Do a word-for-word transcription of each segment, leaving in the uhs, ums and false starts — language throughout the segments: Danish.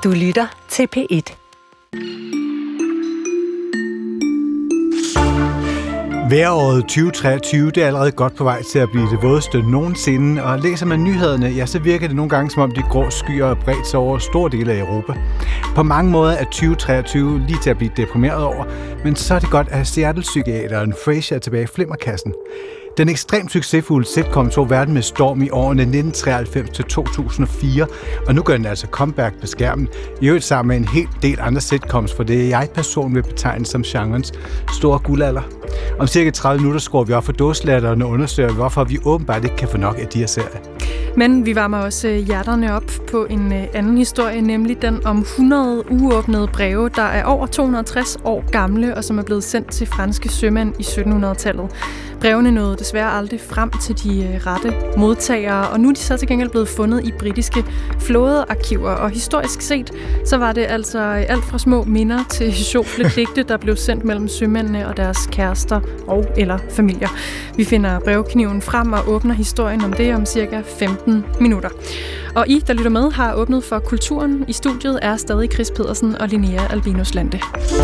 Du lytter til P et. Vejråret tyve treogtyve, det er allerede godt på vej til at blive det vådeste nogensinde, og læser man nyhederne, ja, så virker det nogle gange som om de grå skyer er bredt sig over store dele af Europa. På mange måder er tyve treogtyve lige til at blive deprimeret over, men så er det godt, at Seattle-psykiateren Frasier er tilbage i flimmerkassen. Den ekstremt succesfulde sitcom tog verden med storm i årene nitten treoghalvfems til to tusind og fire, og nu gør den altså comeback på skærmen, i øvrigt sammen med en hel del andre sitcoms, for det er jeg personligt vil betegne som genrens store guldalder. Om cirka tredive minutter skruer vi op for dåselatteren og undersøger, hvorfor vi åbenbart ikke kan få nok af de her serier. Men vi varmer også hjerterne op på en anden historie, nemlig den om hundrede uåbnede breve, der er over to hundrede og tres år gamle, og som er blevet sendt til franske sømænd i sytten hundrede-tallet. Brevene nåede desværre aldrig frem til de rette modtagere, og nu er de så til gengæld blevet fundet i britiske flådearkiver. Og historisk set, så var det altså alt fra små minder til sjofle digte, der blev sendt mellem sømændene og deres kærester og eller familier. Vi finder brevkniven frem og åbner historien om det om cirka femten minutter. Og I, der lytter med, har åbnet for kulturen. I studiet er stadig Chris Pedersen og Linnea Albinus Lande.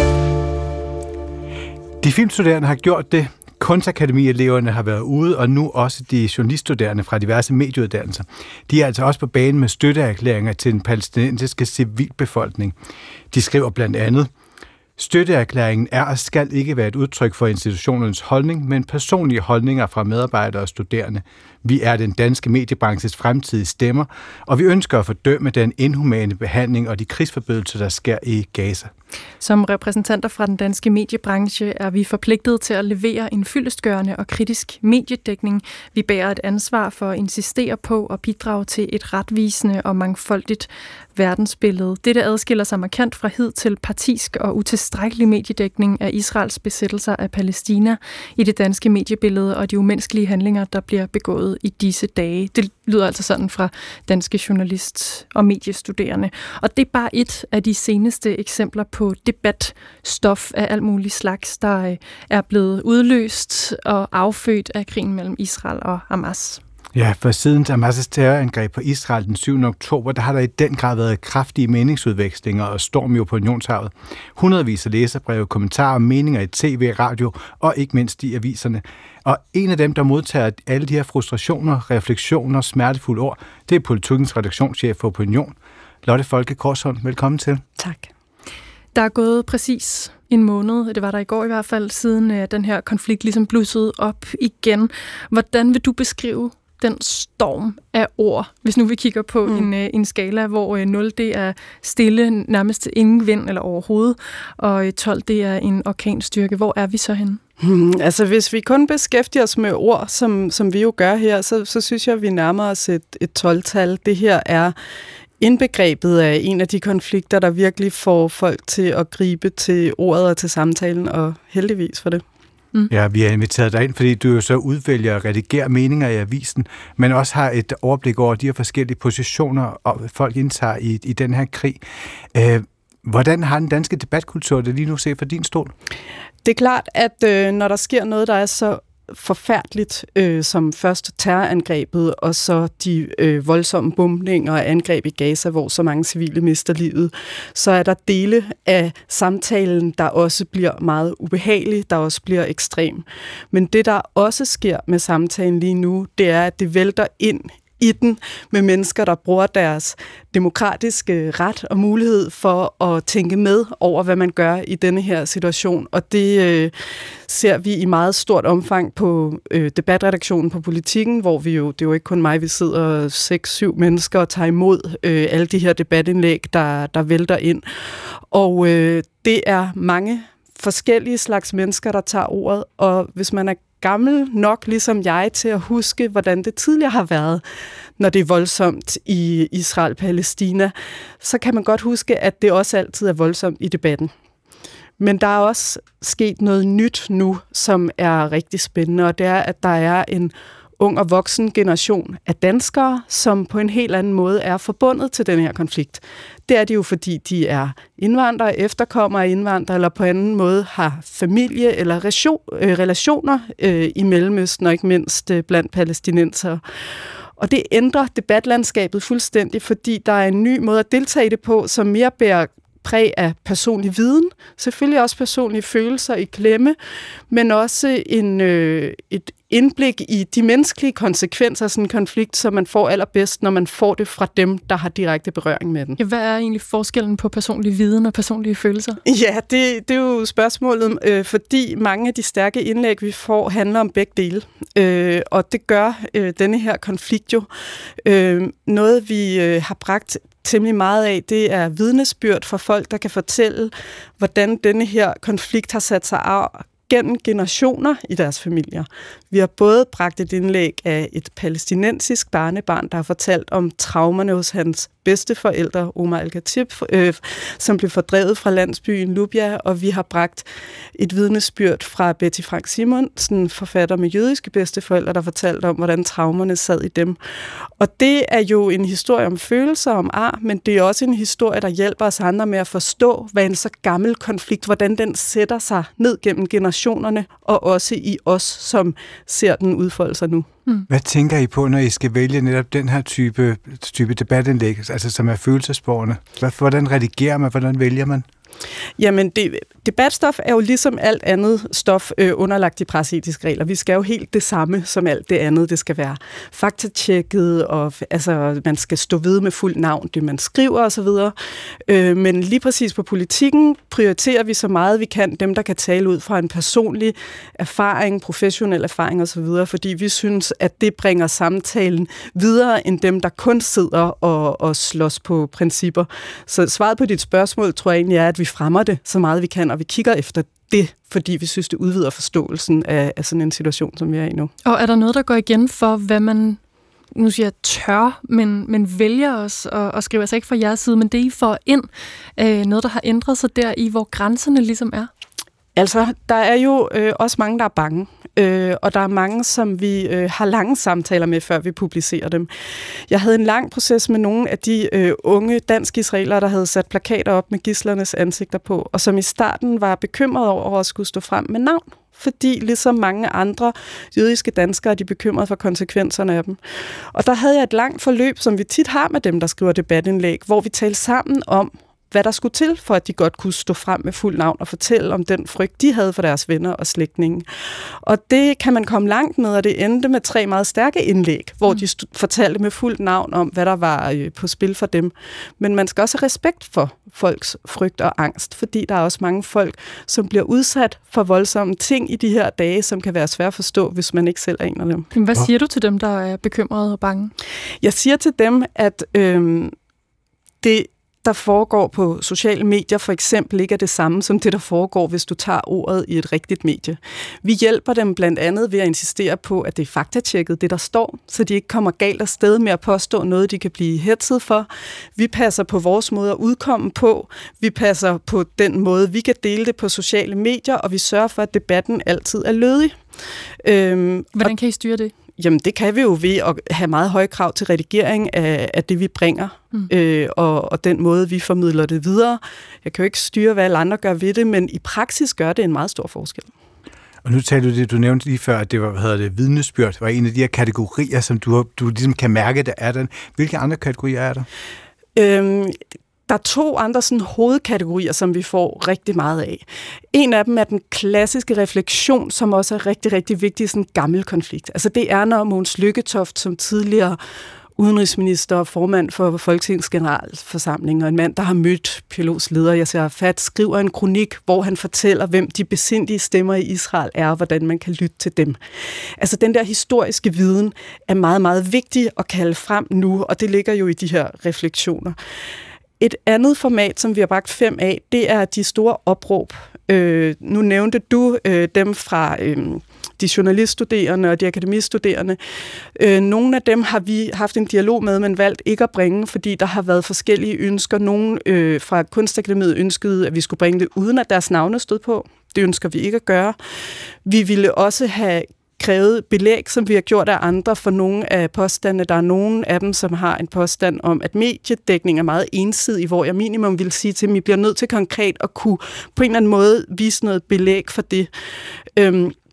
De filmstuderende har gjort det. Kunstakademi-eleverne har været ude, og nu også de journaliststuderende fra diverse medieuddannelser. De er altså også på banen med støtteerklæringer til den palæstinensiske civilbefolkning. De skriver blandt andet: støtteerklæringen er og skal ikke være et udtryk for institutionernes holdning, men personlige holdninger fra medarbejdere og studerende. Vi er den danske mediebranches fremtidige stemmer, og vi ønsker at fordømme den inhumane behandling og de krigsforbrydelser, der sker i Gaza. Som repræsentanter fra den danske mediebranche er vi forpligtet til at levere en fyldestgørende og kritisk mediedækning. Vi bærer et ansvar for at insistere på at bidrage til et retvisende og mangfoldigt verdensbillede. Dette adskiller sig markant fra hidtil partisk og utilstrækkelig mediedækning af Israels besættelser af Palæstina i det danske mediebillede og de umenneskelige handlinger, der bliver begået i disse dage. Det lyder altså sådan fra danske journalist- og mediestuderende. Og det er bare et af de seneste eksempler på debatstof af alt muligt slags, der er blevet udløst og affødt af krigen mellem Israel og Hamas. Ja, for siden Hamas' terrorangreb på Israel den syvende oktober, der har der i den grad været kraftige meningsudvekslinger og storm i opinionshavet. Hundredvis af læserbreve, kommentarer og meninger i tv, radio og ikke mindst i aviserne. Og en af dem, der modtager alle de her frustrationer, refleksioner og smertefulde ord, det er Politikens redaktionschef for Opinion, Lotte Folke Korshund. Velkommen til. Tak. Der er gået præcis en måned, det var der i går i hvert fald, siden uh, den her konflikt ligesom blussede op igen. Hvordan vil du beskrive den storm af ord, hvis nu vi kigger på mm. en, uh, en skala, hvor uh, nul det er stille, nærmest ingen vind eller overhovedet, og uh, tolv det er en orkanstyrke. Hvor er vi så henne? Hmm, altså hvis vi kun beskæftiger os med ord, som, som vi jo gør her, så, så synes jeg, at vi nærmer os et, et tolv-tal. Det her er indbegrebet af en af de konflikter, der virkelig får folk til at gribe til ordet og til samtalen, og heldigvis for det. Mm. Ja, vi har inviteret dig ind, fordi du jo så udvælger at redigere meninger i avisen, men også har et overblik over de her forskellige positioner, og folk indtager i, i den her krig. Øh, hvordan har den danske debatkultur det lige nu set fra din stol? Det er klart, at øh, når der sker noget, der er så forfærdeligt, øh, som først terrorangrebet, og så de øh, voldsomme bombninger og angreb i Gaza, hvor så mange civile mister livet, så er der dele af samtalen, der også bliver meget ubehagelig, der også bliver ekstrem. Men det, der også sker med samtalen lige nu, det er, at det vælter ind i den med mennesker, der bruger deres demokratiske ret og mulighed for at tænke med over, hvad man gør i denne her situation. Og det øh, ser vi i meget stort omfang på øh, debatredaktionen på Politikken, hvor vi jo, det er jo ikke kun mig, vi sidder seks, syv mennesker og tager imod øh, alle de her debatindlæg, der, der vælter ind. Og øh, det er mange forskellige slags mennesker, der tager ordet, og hvis man er gammel nok, ligesom jeg, til at huske, hvordan det tidligere har været, når det er voldsomt i Israel-Palæstina, så kan man godt huske, at det også altid er voldsomt i debatten. Men der er også sket noget nyt nu, som er rigtig spændende, og det er, at der er en ung og voksen generation af danskere, som på en helt anden måde er forbundet til den her konflikt. Det er de jo, fordi de er indvandrere, efterkommere af indvandrere, eller på anden måde har familie eller relationer øh, i Mellemøsten, og ikke mindst øh, blandt palæstinensere. Og det ændrer debatlandskabet fuldstændig, fordi der er en ny måde at deltage i det på, som mere bærer præg af personlig viden, selvfølgelig også personlige følelser i klemme, men også en, øh, et indblik i de menneskelige konsekvenser af sådan en konflikt, som man får allerbedst, når man får det fra dem, der har direkte berøring med den. Ja, hvad er egentlig forskellen på personlig viden og personlige følelser? Ja, det, det er jo spørgsmålet, øh, fordi mange af de stærke indlæg, vi får, handler om begge dele. Øh, og det gør øh, denne her konflikt jo. Øh, noget, vi øh, har bragt temmelig meget af, det er vidnesbyrd fra folk, der kan fortælle, hvordan denne her konflikt har sat sig af gennem generationer i deres familier. Vi har både bragt et indlæg af et palæstinensisk barnebarn, der har fortalt om traumerne hos hans bedsteforældre, Omar al-Khatib, øh, som blev fordrevet fra landsbyen Lubia, og vi har bragt et vidnesbyrd fra Betty Frank Simonsen, forfatter med jødiske bedsteforældre, der fortalte om, hvordan traumerne sad i dem. Og det er jo en historie om følelser, om ar, men det er også en historie, der hjælper os andre med at forstå, hvad en så gammel konflikt, hvordan den sætter sig ned gennem generationerne, og også i os, som ser den udfolde sig nu. Mm. Hvad tænker I på, når I skal vælge netop den her type, type debatindlæg, altså som er følelsesborgerne? Hvordan redigerer man? Hvordan vælger man? Jamen, det, debatstof er jo ligesom alt andet stof øh, underlagt de presseetiske regler. Vi skal jo helt det samme som alt det andet. Det skal være faktatjekket, og altså, man skal stå ved med fuld navn, det man skriver osv. Øh, men lige præcis på politikken prioriterer vi så meget vi kan dem, der kan tale ud fra en personlig erfaring, professionel erfaring osv., fordi vi synes, at det bringer samtalen videre end dem, der kun sidder og, og slås på principper. Så svaret på dit spørgsmål tror jeg egentlig er, at vi fremmer det så meget vi kan, og vi kigger efter det, fordi vi synes, det udvider forståelsen af, af sådan en situation, som vi er i nu. Og er der noget, der går igen for, hvad man, nu siger jeg tør, men, men vælger os og, og skriver altså ikke fra jeres side, men det I får ind, øh, noget, der har ændret sig der i, hvor grænserne ligesom er? Altså, der er jo øh, også mange, der er bange, øh, og der er mange, som vi øh, har lange samtaler med, før vi publicerer dem. Jeg havde en lang proces med nogle af de øh, unge dansk-israelere, der havde sat plakater op med gidslernes ansigter på, og som i starten var bekymrede over at skulle stå frem med navn, fordi ligesom mange andre jødiske danskere, de er bekymrede for konsekvenserne af dem. Og der havde jeg et langt forløb, som vi tit har med dem, der skriver debatindlæg, hvor vi talte sammen om, hvad der skulle til, for at de godt kunne stå frem med fuld navn og fortælle om den frygt, de havde for deres venner og slægtninge. Og det kan man komme langt med, og det endte med tre meget stærke indlæg, hvor de st- fortalte med fuldt navn om, hvad der var øh, på spil for dem. Men man skal også have respekt for folks frygt og angst, fordi der er også mange folk, som bliver udsat for voldsomme ting i de her dage, som kan være svære at forstå, hvis man ikke selv er en af dem. Hvad siger du til dem, der er bekymrede og bange? Jeg siger til dem, at øh, det der foregår på sociale medier for eksempel ikke er det samme som det, der foregår, hvis du tager ordet i et rigtigt medie. Vi hjælper dem blandt andet ved at insistere på, at det er faktatjekket, det der står, så de ikke kommer galt afsted med at påstå noget, de kan blive hetzet for. Vi passer på vores måde at udkomme på. Vi passer på den måde, vi kan dele det på sociale medier, og vi sørger for, at debatten altid er lødig. Øhm, Hvordan kan I styre det? Jamen, det kan vi jo ved at have meget høje krav til redigering af, af det, vi bringer, mm. øh, og, og den måde, vi formidler det videre. Jeg kan jo ikke styre, hvad alle andre gør ved det, men i praksis gør det en meget stor forskel. Og nu talte du det, du nævnte lige før, at det var, hvad hedder det, vidnesbyrd, var en af de her kategorier, som du, du ligesom kan mærke, der er den. Hvilke andre kategorier er der? Øhm, Der er to andre sådan, hovedkategorier, som vi får rigtig meget af. En af dem er den klassiske refleksion, som også er rigtig, rigtig vigtig i sådan en gammel konflikt. Altså det er, når Mogens Lykketoft som tidligere udenrigsminister og formand for Folketingets generalforsamling, og en mand, der har mødt P L O's leder, Yasser Arafat, skriver en kronik, hvor han fortæller, hvem de besindige stemmer i Israel er, og hvordan man kan lytte til dem. Altså den der historiske viden er meget, meget vigtig at kalde frem nu, og det ligger jo i de her refleksioner. Et andet format, som vi har bragt fem af, det er de store opråb. Øh, nu nævnte du øh, dem fra øh, de journaliststuderende og de akademistuderende. Øh, nogle af dem har vi haft en dialog med, men valgt ikke at bringe, fordi der har været forskellige ønsker. Nogle øh, fra Kunstakademiet ønskede, at vi skulle bringe det, uden at deres navne stod på. Det ønsker vi ikke at gøre. Vi ville også have krævet belæg, som vi har gjort af andre for nogle af påstandene. Der er nogle af dem, som har en påstand om, at mediedækning er meget ensidig, hvor jeg minimum vil sige til dem, at I bliver nødt til konkret at kunne på en eller anden måde vise noget belæg for det. Øhm,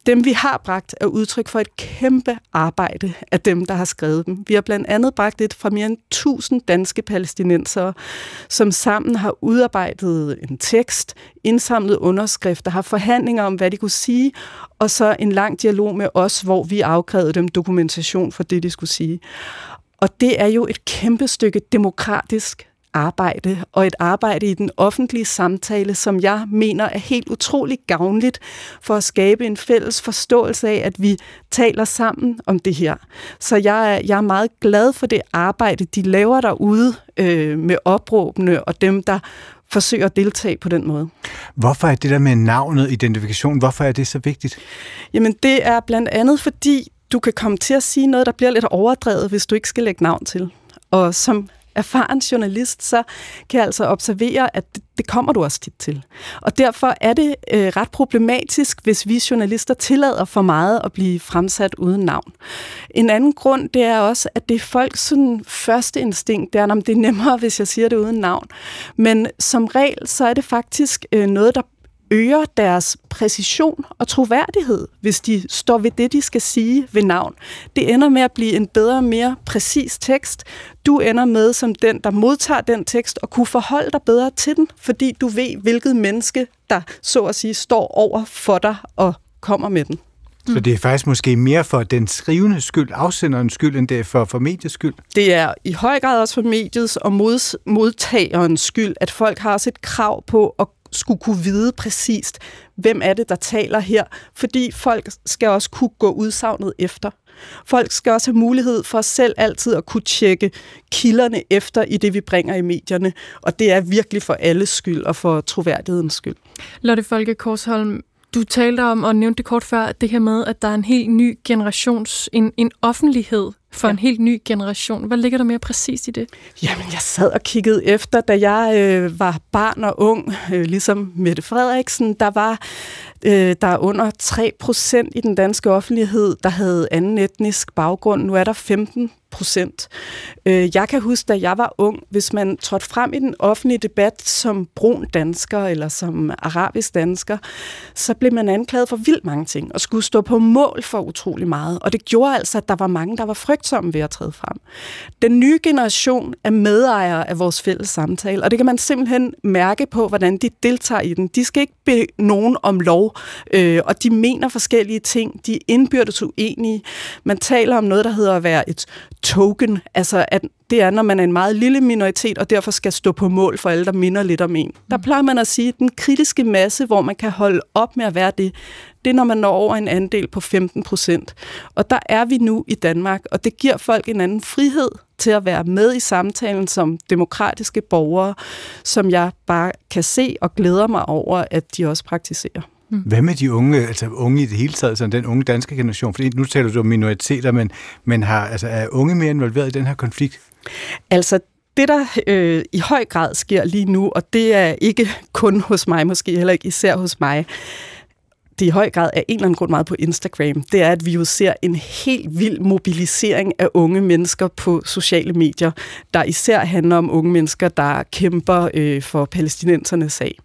dem, vi har bragt, er udtryk for et kæmpe arbejde af dem, der har skrevet dem. Vi har blandt andet bragt et fra mere end tusind danske palæstinensere, som sammen har udarbejdet en tekst, indsamlet underskrifter, har forhandlinger om, hvad de kunne sige, og så en lang dialog med os, hvor vi afkrævede dem dokumentation for det, de skulle sige. Og det er jo et kæmpe stykke demokratisk arbejde, og et arbejde i den offentlige samtale, som jeg mener er helt utroligt gavnligt for at skabe en fælles forståelse af, at vi taler sammen om det her. Så jeg er, jeg er meget glad for det arbejde, de laver derude øh, med opråbene og dem, der forsøger at deltage på den måde. Hvorfor er det der med navnet, identifikation, hvorfor er det så vigtigt? Jamen det er blandt andet, fordi du kan komme til at sige noget, der bliver lidt overdrevet, hvis du ikke skal lægge navn til. Og som erfaren journalist, så kan jeg altså observere, at det, det kommer du også tit til. Og derfor er det øh, ret problematisk, hvis vi journalister tillader for meget at blive fremsat uden navn. En anden grund, det er også, at det er folks sådan, første instinkt, det er, at det er nemmere, hvis jeg siger det uden navn. Men som regel, så er det faktisk øh, noget, der øger deres præcision og troværdighed, hvis de står ved det, de skal sige ved navn. Det ender med at blive en bedre, mere præcis tekst. Du ender med som den, der modtager den tekst, og kunne forholde dig bedre til den, fordi du ved, hvilket menneske, der så at sige står over for dig og kommer med den. Så det er faktisk måske mere for den skrivende skyld, afsenderens skyld, end det er for, for mediets skyld? Det er i høj grad også for mediets og mod, modtagerens skyld, at folk har også et krav på at skulle kunne vide præcist, hvem er det, der taler her, fordi folk skal også kunne gå udsagnet efter. Folk skal også have mulighed for selv altid at kunne tjekke kilderne efter i det, vi bringer i medierne, og det er virkelig for alles skyld og for troværdighedens skyld. Lotte Folke Korsholm, du talte om og nævnte det kort før, det her med, at der er en helt ny generations, en, en offentlighed for ja. en helt ny generation. Hvad ligger der mere præcist i det? Jamen, jeg sad og kiggede efter, da jeg øh, var barn og ung, øh, ligesom Mette Frederiksen, der var øh, der er under tre procent i den danske offentlighed, der havde anden etnisk baggrund. Nu er der femten procent. Jeg kan huske, da jeg var ung, hvis man trådte frem i den offentlige debat som brun dansker eller som arabisk dansker, så blev man anklaget for vildt mange ting og skulle stå på mål for utrolig meget. Og det gjorde altså, at der var mange, der var frygtsomme ved at træde frem. Den nye generation er medejere af vores fælles samtale, og det kan man simpelthen mærke på, hvordan de deltager i den. De skal ikke bede nogen om lov, øh, og de mener forskellige ting. De er indbyrdes uenige. Man taler om noget, der hedder at være et token, altså at det er, når man er en meget lille minoritet, og derfor skal stå på mål for alle, der minder lidt om en. Der plejer man at sige, at den kritiske masse, hvor man kan holde op med at være det, det er, når man når over en andel på femten procent. Og der er vi nu i Danmark, og det giver folk en anden frihed til at være med i samtalen som demokratiske borgere, som jeg bare kan se og glæder mig over, at de også praktiserer. Hvad med de unge, altså unge i det hele taget, altså den unge danske generation? Fordi nu taler du om minoriteter, men, men har, altså, er unge mere involveret i den her konflikt? Altså, det der øh, i høj grad sker lige nu, og det er ikke kun hos mig, måske heller ikke især hos mig, det i høj grad er en eller anden grund meget på Instagram, det er, at vi jo ser en helt vild mobilisering af unge mennesker på sociale medier, der især handler om unge mennesker, der kæmper øh, for palæstinensernes sag.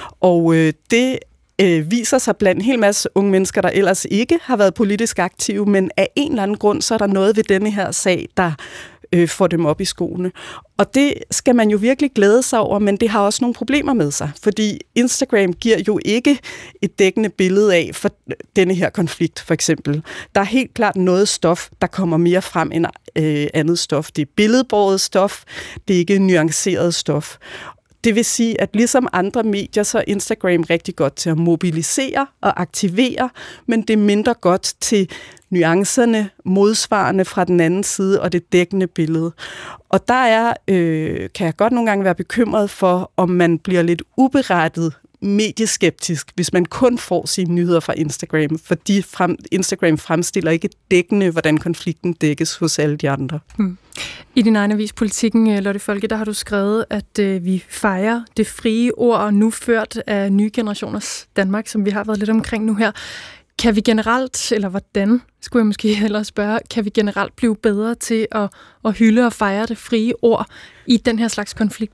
Og øh, det øh, viser sig blandt en hel masse unge mennesker, der ellers ikke har været politisk aktive, men af en eller anden grund, så er der noget ved denne her sag, der øh, får dem op i skoene. Og det skal man jo virkelig glæde sig over, men det har også nogle problemer med sig, fordi Instagram giver jo ikke et dækkende billede af for denne her konflikt, for eksempel. Der er helt klart noget stof, der kommer mere frem end øh, andet stof. Det er billedbåret stof, det er ikke nuanceret stof. Det vil sige, at ligesom andre medier, så er Instagram rigtig godt til at mobilisere og aktivere, men det er mindre godt til nuancerne, modsvarende fra den anden side og det dækkende billede. Og der er, øh, kan jeg godt nogle gange være bekymret for, om man bliver lidt uberettet medieskeptisk, hvis man kun får sine nyheder fra Instagram, fordi frem, Instagram fremstiller ikke dækkende, hvordan konflikten dækkes hos alle de andre. Hmm. I din egen avis Politikken, Lotte Folke, der har du skrevet, at øh, vi fejrer det frie ord, nu ført af nye generationers Danmark, som vi har været lidt omkring nu her. Kan vi generelt, eller hvordan, skulle jeg måske hellere spørge, kan vi generelt blive bedre til at, at hylde og fejre det frie ord i den her slags konflikter?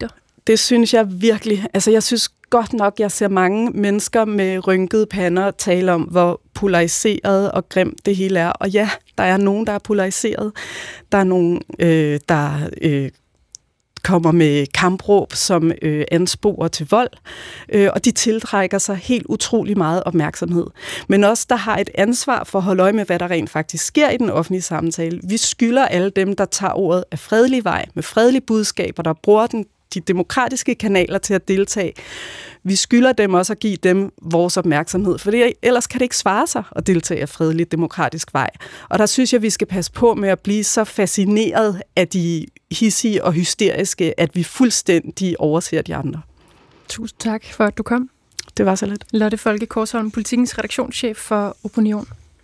Det synes jeg virkelig. Altså, jeg synes godt nok, jeg ser mange mennesker med rynkede pander tale om, hvor polariseret og grimt det hele er. Og ja, der er nogen, der er polariseret. Der er nogen, øh, der øh, kommer med kampråb, som øh, ansporer til vold. Øh, og de tiltrækker sig helt utrolig meget opmærksomhed. Men også, der har et ansvar for at holde øje med, hvad der rent faktisk sker i den offentlige samtale. Vi skylder alle dem, der tager ordet af fredelig vej, med fredelige budskaber, der bruger den de demokratiske kanaler til at deltage. Vi skylder dem også at give dem vores opmærksomhed, for det, ellers kan det ikke svare sig at deltage af fredelig demokratisk vej. Og der synes jeg, vi skal passe på med at blive så fascineret af de hissige og hysteriske, at vi fuldstændig overser de andre. Tusind tak for, at du kom. Det var så lidt. Lotte Folke Korsholm, Politikens redaktionschef for Opinion.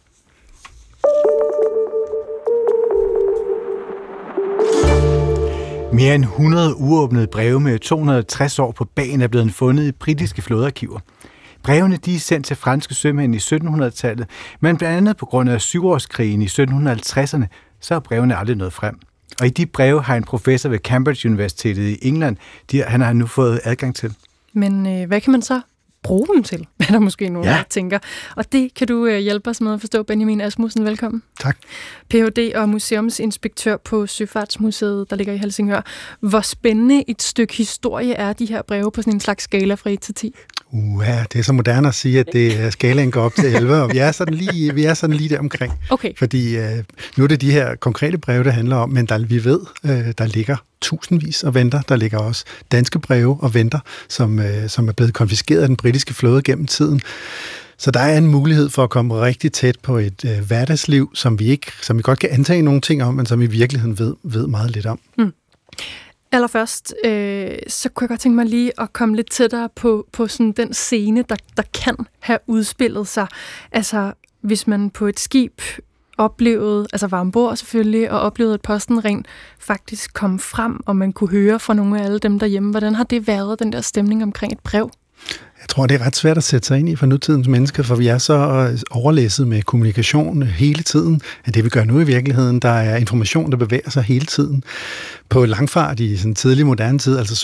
Mere end hundrede uåbnede breve med to hundrede og tres år på bagen er blevet fundet i britiske flådearkiver. Brevene de er sendt til franske sømænd i syttenhundredetallet, men blandt andet på grund af syvårskrigen i sytten halvtredserne, så er brevene aldrig nået frem. Og i de breve har en professor ved Cambridge Universitetet i England, de, han har nu fået adgang til. Men øh, hvad kan man så bruge dem til, er der måske nogen, ja. der tænker. Og det kan du øh, hjælpe os med at forstå. Benjamin Asmussen, velkommen. Tak. P H D og museumsinspektør på Søfartsmuseet, der ligger i Helsingør. Hvor spændende et stykke historie er de her breve på sådan en slags skala fra et til ti? Uha, det er så moderne at sige, at det, skalaen går op til elleve, og vi er sådan lige, vi er sådan lige der omkring. Okay. Fordi øh, nu er det de her konkrete breve, det handler om, men der, vi ved, øh, der ligger tusindvis og venter. Der ligger også danske breve og venter, som, øh, som er blevet konfiskeret af den britiske flåde gennem tiden. Så der er en mulighed for at komme rigtig tæt på et øh, hverdagsliv, som vi ikke, som vi godt kan antage nogle ting om, men som i virkeligheden ved, ved meget lidt om. Mm. Allerførst, øh, så kunne jeg godt tænke mig lige at komme lidt tættere på, på sådan den scene, der, der kan have udspillet sig. Altså, hvis man på et skib oplevede, altså var ombord selvfølgelig, og oplevede, at posten rent faktisk kom frem, og man kunne høre fra nogle af alle dem derhjemme. Hvordan har det været, den der stemning omkring et brev? Jeg tror, det er ret svært at sætte sig ind i for nutidens mennesker, for vi er så overlæsset med kommunikation hele tiden, at det vi gør nu i virkeligheden, der er information, der bevæger sig hele tiden. På langfart i sådan tidlig moderne tid, altså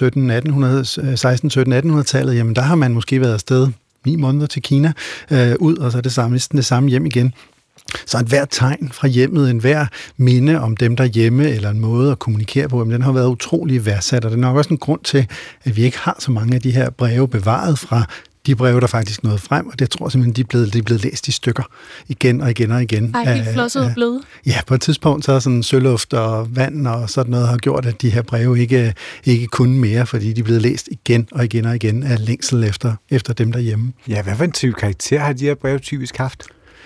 seksten sytten attenhundredetallet, jamen der har man måske været afsted ni måneder til Kina øh, ud, og så er det samme, det samme hjem igen. Så et hvert tegn fra hjemmet, en hver minde om dem der hjemme, eller en måde at kommunikere på, den har været utrolig værdsat, og det er nok også en grund til, at vi ikke har så mange af de her breve bevaret fra de breve, der faktisk nåede frem, og det tror jeg simpelthen, de er blevet, de er blevet læst i stykker igen og igen og igen. Ej, helt flosset og bløde. Ja, på et tidspunkt så er sådan sølluft og vand og sådan noget har gjort, at de her breve ikke, ikke kunne mere, fordi de er blevet læst igen og igen og igen af længsel efter, efter dem derhjemme. Ja, hvad for en type karakter har de her breve typisk haft?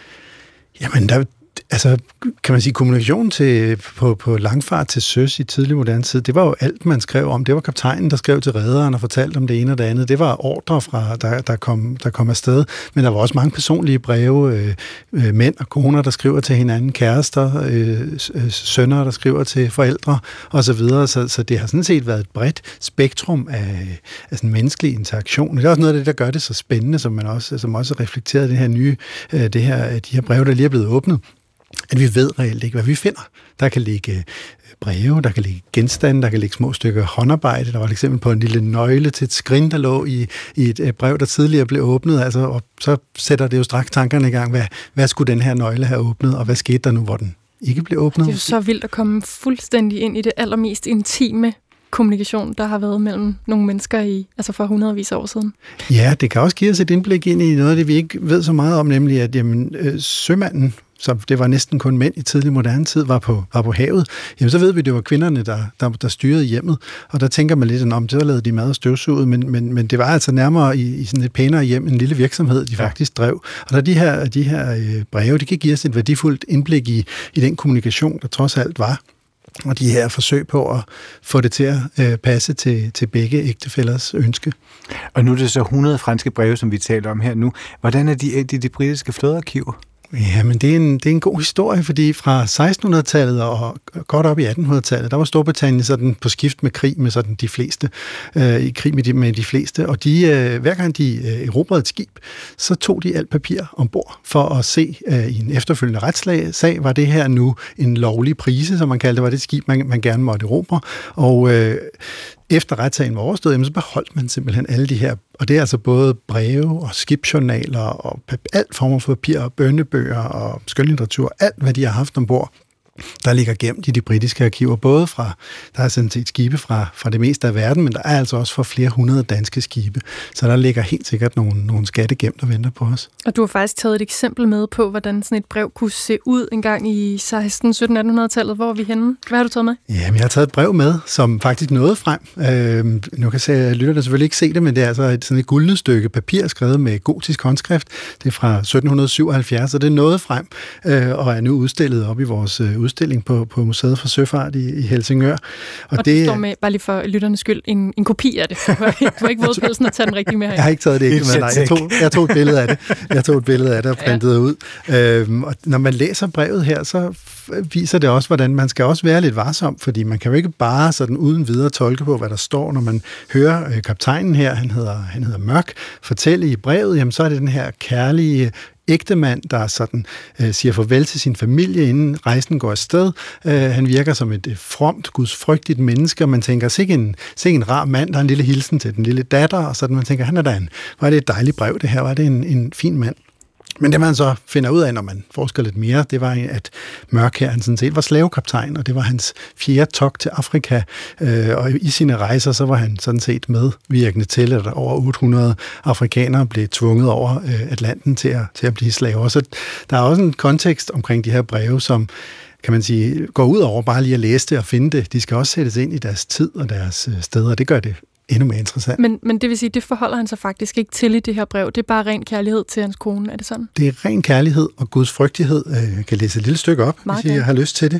Jamen, der, altså, kan man sige, kommunikation til, på, på langfart til søs i tidlig moderne tid, det var jo alt, man skrev om. Det var kaptajnen, der skrev til rederen og fortalte om det ene og det andet. Det var ordre, fra, der, der, kom, der kom afsted. Men der var også mange personlige breve, øh, øh, mænd og koner, der skriver til hinanden, kærester, øh, sønner, der skriver til forældre osv. Så, så, så det har sådan set været et bredt spektrum af, af sådan menneskelig interaktion. Det er også noget af det, der gør det så spændende, som man også, som også reflekterer det her nye, øh, det her, de her breve, der lige er blevet åbnet. At vi ved reelt ikke, hvad vi finder. Der kan ligge breve, der kan ligge genstande, der kan ligge små stykker håndarbejde. Der var et eksempel på en lille nøgle til et skrin, der lå i, i et brev, der tidligere blev åbnet. Altså, og så sætter det jo straks tankerne i gang. Hvad, hvad skulle den her nøgle have åbnet, og hvad skete der nu, hvor den ikke blev åbnet? Det er jo så vildt at komme fuldstændig ind i det allermest intime kommunikation, der har været mellem nogle mennesker i, altså for hundredvis af år siden. Ja, det kan også give os et indblik ind i noget af det, vi ikke ved så meget om, nemlig at jamen, øh, sømanden, så det var næsten kun mænd i tidlig moderne tid, var på, var på havet, jamen så ved vi, det var kvinderne, der, der, der styrede hjemmet, og der tænker man lidt om, så lavede de mad og støvsuget, men, men, men det var altså nærmere i, i sådan et pænere hjem, en lille virksomhed, de faktisk drev. Og der de her, de her øh, breve, de kan give os et værdifuldt indblik i, i den kommunikation, der trods alt var, og de her forsøg på at få det til at øh, passe til, til begge ægtefællers ønske. Og nu er det så hundrede franske breve, som vi taler om her nu. Hvordan er de de, de britiske flådearkiver? Ja, men det er, en, det er en god historie, fordi fra sekstenhundredetallet og godt op i attenhundredetallet, der var Storbritannien sådan på skift med krig med sådan de fleste, øh, i krig med de, med de fleste, og de, øh, hver gang de øh, erobrede et skib, så tog de alt papir ombord for at se øh, i en efterfølgende retssag, var det her nu en lovlig prise, som man kaldte det, var det skib, man, man gerne måtte erobre, og øh, efter retssagen var overstået, jamen, så beholdt man simpelthen alle de her, og det er altså både breve og skibsjournaler og alt former for papir og bønnebøger og skønlitteratur, alt hvad de har haft ombord, der ligger gemt i de britiske arkiver, både fra, der er sådan set skibe fra, fra det meste af verden, men der er altså også fra flere hundrede danske skibe, så der ligger helt sikkert nogle, nogle skatte gemt og venter på os. Og du har faktisk taget et eksempel med på, hvordan sådan et brev kunne se ud en gang i seksten, sytten, attenhundrede-tallet. Hvor er vi henne? Hvad har du taget med? Jamen, jeg har taget et brev med, som faktisk nåede frem. Øh, nu kan jeg lytterne selvfølgelig ikke se det, men det er altså et, sådan et guldnet stykke papir, skrevet med gotisk håndskrift. Det er fra sytten syvoghalvfjerds, og det nåede frem, øh, og er nu udstillet op i vores øh, udstilling på, på Museet for Søfart i, i Helsingør. Og, og det står med, bare lige for lytternes skyld, en, en kopi af det. Du har ikke vådpelsen at tage den rigtig med her. Jeg har ikke taget det ikke med, nej. Jeg tog, jeg tog et billede af det. Jeg tog et billede af det og printede ja. ud. Øhm, og når man læser brevet her, så viser det også, hvordan man skal også være lidt varsom, fordi man kan jo ikke bare sådan uden videre tolke på, hvad der står, når man hører øh, kaptajnen her, han hedder, han hedder Mørk, fortælle i brevet, jamen så er det den her kærlige ægtemand, der sådan øh, siger farvel til sin familie, inden rejsen går afsted. Øh, han virker som et øh, fromt, gudsfrygtigt menneske, og man tænker, sikke en, sikke en rar mand, der er en lille hilsen til den lille datter, og sådan man tænker, han er da en, var det et dejligt brev det her, var det en, en fin mand. Men det man så finder ud af, når man forsker lidt mere, det var, at Mørk her, han sådan set var slavekaptajn, og det var hans fjerde togt til Afrika, øh, og i sine rejser, så var han sådan set medvirkende til, at over otte hundrede afrikanere blev tvunget over øh, Atlanten til at, til at blive slaver. Så der er også en kontekst omkring de her breve, som kan man sige, går ud over bare lige at læse det og finde det. De skal også sættes ind i deres tid og deres øh, steder, og det gør det endnu mere interessant. Men, men det vil sige, det forholder han sig faktisk ikke til i det her brev. Det er bare ren kærlighed til hans kone, er det sådan? Det er ren kærlighed og Guds frygtighed. Jeg kan læse et lille stykke op, Meget hvis jeg har lyst til det.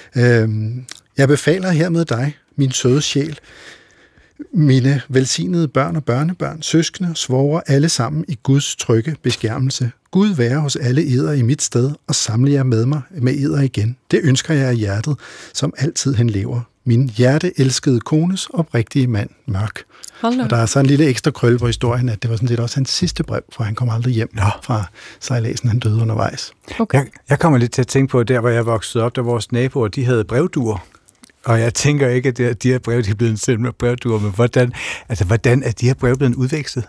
Jeg befaler hermed dig, min søde sjæl, mine velsignede børn og børnebørn, søskende, svoger, alle sammen i Guds trygge beskærmelse. Gud være hos alle eder i mit sted, og samle jer med mig med eder igen. Det ønsker jeg af hjertet, som altid hen lever. Min hjerteelskede kones oprigtige mand, Mørk. Og der er så en lille ekstra krølle på historien, at det var sådan set også hans sidste brev, for han kom aldrig hjem Nå. fra sejladsen, han døde undervejs. Okay. Jeg, jeg kommer lidt til at tænke på, der hvor jeg voksede op, der vores naboer, de havde brevduer. Og jeg tænker ikke, at det, de her brev, de er blevet sendt med brevduer, men hvordan, altså, hvordan er de her brev blevet udvekslet?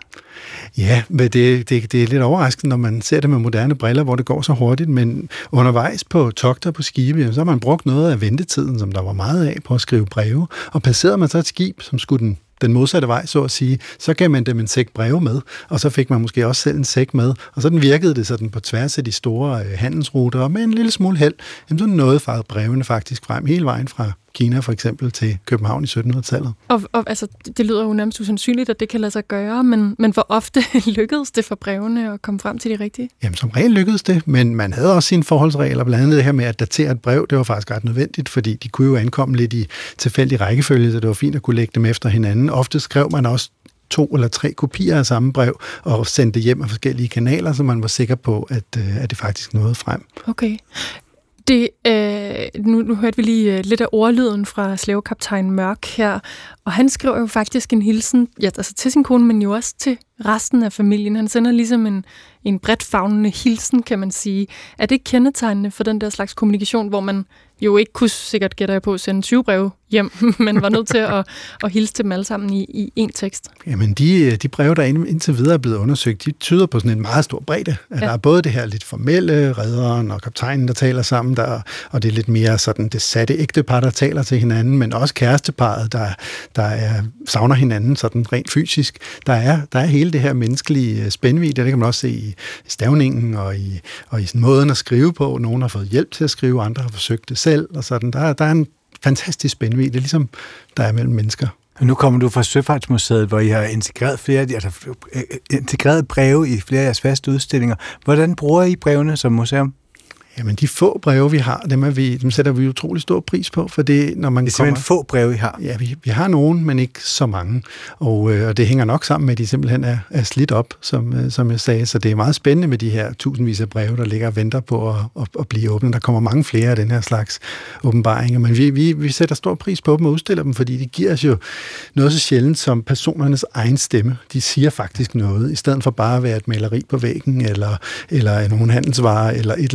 Ja, men det, det, det er lidt overraskende, når man ser det med moderne briller, hvor det går så hurtigt, men undervejs på togter på skibe, så har man brugt noget af ventetiden, som der var meget af på at skrive breve, og passerede man så et skib, som skulle den den modsatte vej, så at sige, så gav man dem en sæk breve med, og så fik man måske også selv en sæk med, og sådan virkede det sådan på tværs af de store handelsruter, og med en lille smule held, jamen så nåede faktisk brevene faktisk frem hele vejen fra Kina for eksempel til København i syttenhundredetallet. Og, og altså, det lyder jo nærmest usandsynligt, at det kan lade sig gøre, men, men hvor ofte lykkedes det for brevene at komme frem til de rigtige? Jamen som regel lykkedes det, men man havde også sine forholdsregler, blandt andet det her med at datere et brev, det var faktisk ret nødvendigt, fordi de kunne jo ankomme lidt i tilfældig rækkefølge, så det var fint at kunne lægge dem efter hinanden. Ofte skrev man også to eller tre kopier af samme brev og sendte hjem af forskellige kanaler, så man var sikker på, at, at det faktisk nåede frem. Okay. Det, øh, nu, nu hørte vi lige øh, lidt af ordlyden fra slavekaptajn Mørk her, og han skriver jo faktisk en hilsen ja, altså til sin kone, men jo også til resten af familien. Han sender ligesom en, en bredt favnende hilsen, kan man sige. Er det kendetegnende for den der slags kommunikation, hvor man jo ikke kunne sikkert gætte på at sende tyve breve hjem, men var nødt til at, at hilse til dem alle sammen i, i én tekst? Jamen, de, de breve, der indtil videre er blevet undersøgt, de tyder på sådan en meget stor bredde. At ja. Der er både det her lidt formelle, redderen og kaptajnen, der taler sammen, der, og det er lidt mere sådan det satte ægtepar, der taler til hinanden, men også kæresteparret, der, der er, savner hinanden sådan rent fysisk. Der er, der er hele det her menneskelige spændvidde, det kan man også se i stavningen og i, og i sådan måden at skrive på. Nogle har fået hjælp til at skrive, andre har forsøgt det selv, og sådan. Der, der er en fantastisk spændvidde, ligesom der er mellem mennesker. Nu kommer du fra Søfartsmuseet, hvor I har integreret flere, altså integreret breve i flere af jeres faste udstillinger. Hvordan bruger I brevene som museum? Jamen, de få breve, vi har, dem, er vi, dem sætter vi utrolig stor pris på, for det, når man det er simpelthen kommer, få breve, I har? Ja, vi, vi har nogen, men ikke så mange, og, øh, og det hænger nok sammen med, at de simpelthen er, er slidt op, som, øh, som jeg sagde, så det er meget spændende med de her tusindvis af breve, der ligger og venter på at, at, at blive åbnet. Der kommer mange flere af den her slags åbenbaringer, men vi, vi, vi sætter stor pris på dem og udstiller dem, fordi de giver os jo noget så sjældent som personernes egen stemme. De siger faktisk noget, i stedet for bare at være et maleri på væggen, eller, eller nogle handelsvarer, eller et eller andet, så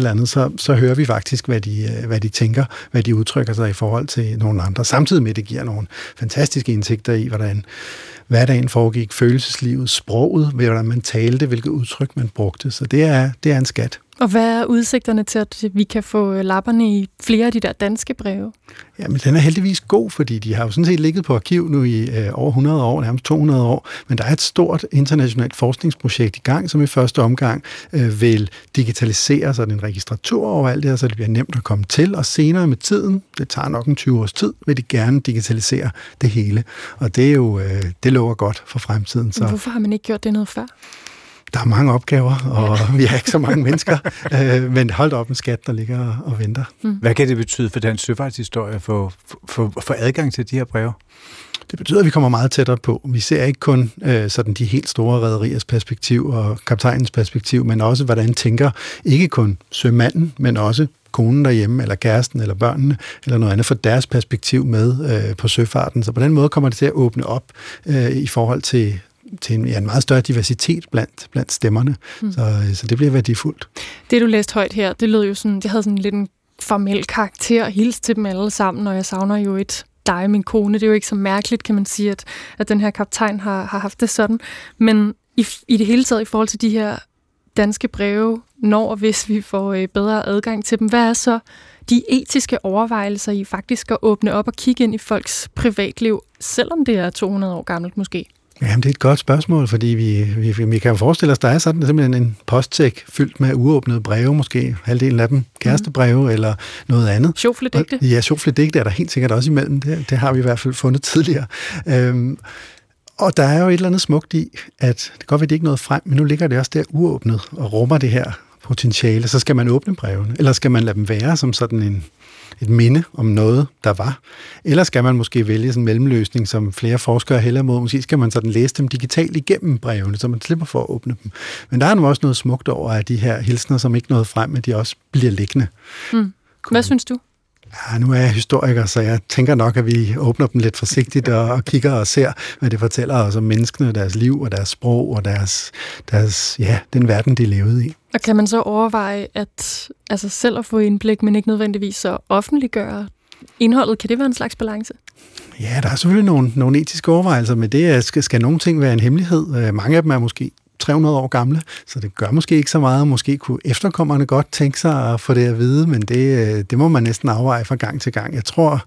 så, så hører vi faktisk, hvad de, hvad de tænker, hvad de udtrykker sig i forhold til nogle andre. Samtidig med, det giver nogle fantastiske indsigter i, hvordan hverdagen foregik, følelseslivet, sproget, hvordan man talte, hvilket udtryk man brugte. Så det er, det er en skat. Og hvad er udsigterne til, at vi kan få lapperne i flere af de der danske breve? Jamen, den er heldigvis god, fordi de har jo sådan set ligget på arkiv nu i øh, over hundrede år, nærmest to hundrede år, men der er et stort internationalt forskningsprojekt i gang, som i første omgang øh, vil digitalisere sådan en registratur over alt det her, så det bliver nemt at komme til, og senere med tiden, det tager nok en tyve års tid, vil de gerne digitalisere det hele. Og det er jo, øh, det lover godt for fremtiden. Så. Hvorfor har man ikke gjort det noget før? Der er mange opgaver, og vi har ikke så mange mennesker, øh, men hold op en skat, der ligger og venter. Mm. Hvad kan det betyde for dansk søfartshistorie for, for, for adgang til de her breve? Det betyder, at vi kommer meget tættere på. Vi ser ikke kun øh, sådan de helt store rederiers perspektiv og kaptajnens perspektiv, men også, hvordan tænker ikke kun sømanden, men også konen derhjemme, eller kæresten, eller børnene, eller noget andet, for deres perspektiv med øh, på søfarten. Så på den måde kommer det til at åbne op øh, i forhold til til en, ja, en meget større diversitet blandt, blandt stemmerne. Mm. Så, så det bliver værdifuldt. Det, du læste højt her, det lød jo sådan, det havde sådan lidt en formel karakter at hilse til dem alle sammen, og jeg savner jo et dig, min kone. Det er jo ikke så mærkeligt, kan man sige, at, at den her kaptajn har, har haft det sådan. Men i, i det hele taget, i forhold til de her danske breve, når og hvis vi får øh, bedre adgang til dem, hvad er så de etiske overvejelser i faktisk at åbne op og kigge ind i folks privatliv, selvom det er to hundrede år gammelt måske? Jamen, det er et godt spørgsmål, fordi vi, vi, vi kan jo forestille os, der er sådan simpelthen en postsæk fyldt med uåbnede breve, måske halvdelen af dem kærestebreve mm. eller noget andet. Sjofledigte. Ja, sjofledigte er der helt sikkert også imellem. Det, det har vi i hvert fald fundet tidligere. Øhm, og der er jo et eller andet smukt i, at det kan godt være, at det ikke er noget frem, men nu ligger det også der uåbnet og rummer det her potentiale. Så skal man åbne brevene, eller skal man lade dem være som sådan en et minde om noget, der var. Eller skal man måske vælge sådan en mellemløsning, som flere forskere hælder mod. Måske skal man sådan læse dem digitalt igennem brevene, så man slipper for at åbne dem. Men der er nu også noget smukt over, at de her hilsner, som ikke nåede frem, at de også bliver liggende. Mm. Hvad synes du? Ja, nu er jeg historiker, så jeg tænker nok, at vi åbner dem lidt forsigtigt og, og kigger og ser, hvad det fortæller os om menneskene, deres liv og deres sprog og deres, deres, ja, den verden, de levede i. Og kan man så overveje, at altså selv at få indblik, men ikke nødvendigvis så offentliggøre indholdet? Kan det være en slags balance? Ja, der er selvfølgelig nogle, nogle etiske overvejelser med det. Skal, skal nogle ting være en hemmelighed? Mange af dem er måske tre hundrede år gamle, så det gør måske ikke så meget. Måske kunne efterkommerne godt tænke sig at få det at vide, men det, det må man næsten afveje fra gang til gang. Jeg tror,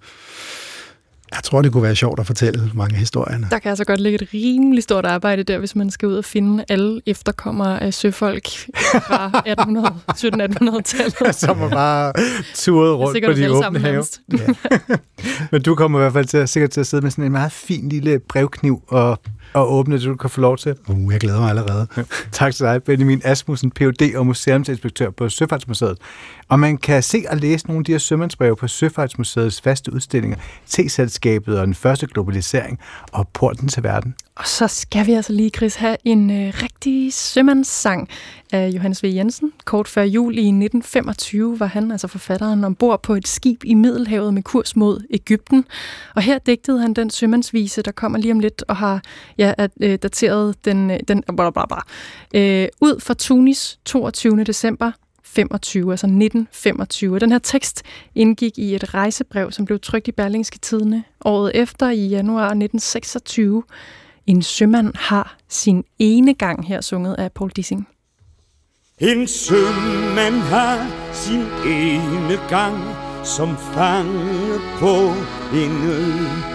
jeg tror, det kunne være sjovt at fortælle mange af historierne. Der kan altså godt ligge et rimelig stort arbejde der, hvis man skal ud og finde alle efterkommere af søfolk fra sytten attenhundrede-tallet. Som var bare turet rundt på de åbne have. Ja. Men du kommer i hvert fald til, sikkert til at sidde med sådan en meget fin lille brevkniv og og åbne det, du kan få lov til. Uh, jeg glæder mig allerede. Ja. Tak til dig, Benjamin Asmussen, P H D og museumsinspektør på Søfartsmuseet. Og man kan se og læse nogle af de her sømandsbreve på Søfartsmuseets faste udstillinger, T-selskabet og den første globalisering og porten til verden. Og så skal vi altså lige, Chris, have en øh, rigtig sømandssang af Johannes V. Jensen. Kort før jul i nitten femogtyve var han, altså forfatteren, ombord på et skib i Middelhavet med kurs mod Egypten. Og her digtede han den sømandsvise, der kommer lige om lidt og har ja, at, øh, dateret den, den bla bla bla. Øh, ud fra Tunis toogtyvende december femogtyve, altså nitten femogtyve. Den her tekst indgik i et rejsebrev, som blev trykt i Berlingske Tidende året efter i januar nitten seksogtyve. En sømand har sin ene gang, her sunget af Paul Dissing. En sømand har sin ene gang, som fange på en ø.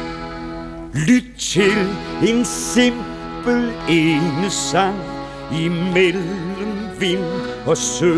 Lyt til en simpel ene sang imellem vind og sø.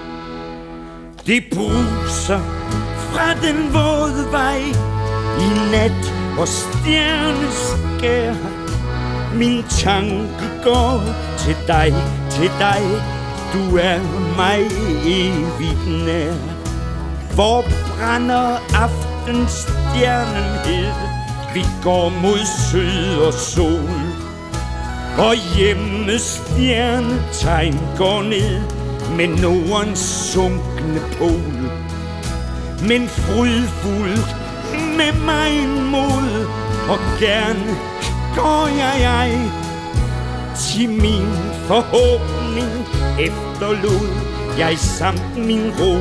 Det bruser fra den våde vej i nat og stjerneskær. Min tanke går til dig, til dig, du er mig evigt nær. Hvor brænder aftenstjernen hed, vi går mod syd og sol. Og hjemme stjernetegn går ned med Nordens sunkne pol. Men frydfuldt med mig mod, og gerne går jeg, jeg til min forhåbning efterlod jeg samt min ro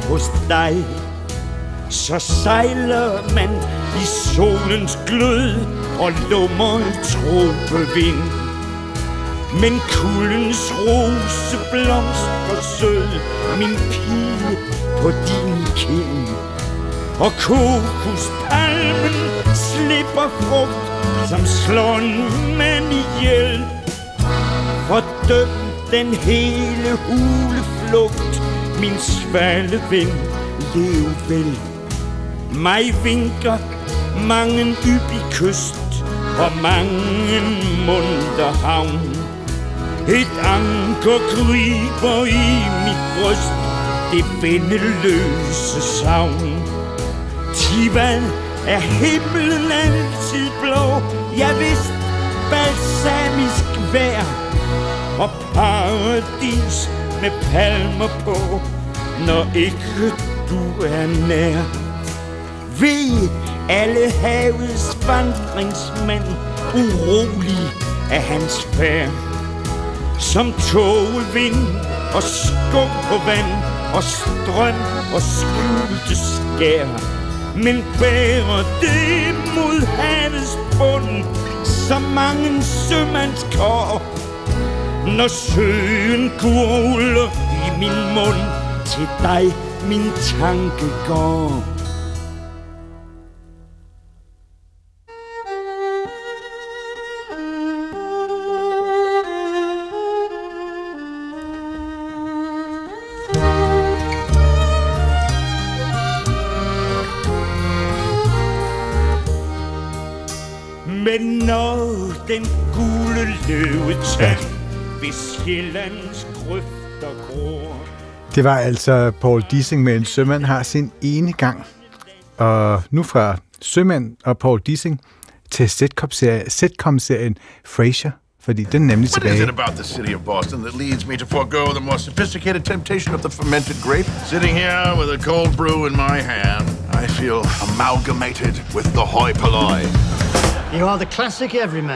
hos dig. Så sejler man i solens glød og lummer en tropevind. Men kuldens roseblomster sød, min pige på din kind. Og kokospalmen slipper frugt, som slår en mand ihjel. Fordøm den hele huleflugt, min svalle ven, lev vel. Mig vinker mange en yppig kyst og mange en munter havn. Et anker griber i mit bryst, det vendeløse savn. Tivad er himlen altid blå, jeg vidst balsamisk vejr og paradis med palmer på, når ikke du er nær. Ved alle havets vandringsmænd urolig af hans færd, som tågevind og skum på vand og strøm og skjulte skær. Men bærer det mod havets bund, som mange sømandskår. Når søen gurler i min mund, til dig min tanke går. Men når den gule løvetand ved Sjællands grøfter gror. Det var altså Paul Dissing med En sømand har sin ene gang. Og nu fra Sømand og Paul Dissing til sitcom-serien, sitcom-serien Frasier, fordi den er nemlig tilbage. What is it about the city of Boston that leads me to forego the more sophisticated temptation of the fermented grape? Sitting here with a cold brew in my hand, I feel amalgamated with the hoi polloi. You are the classic everyman.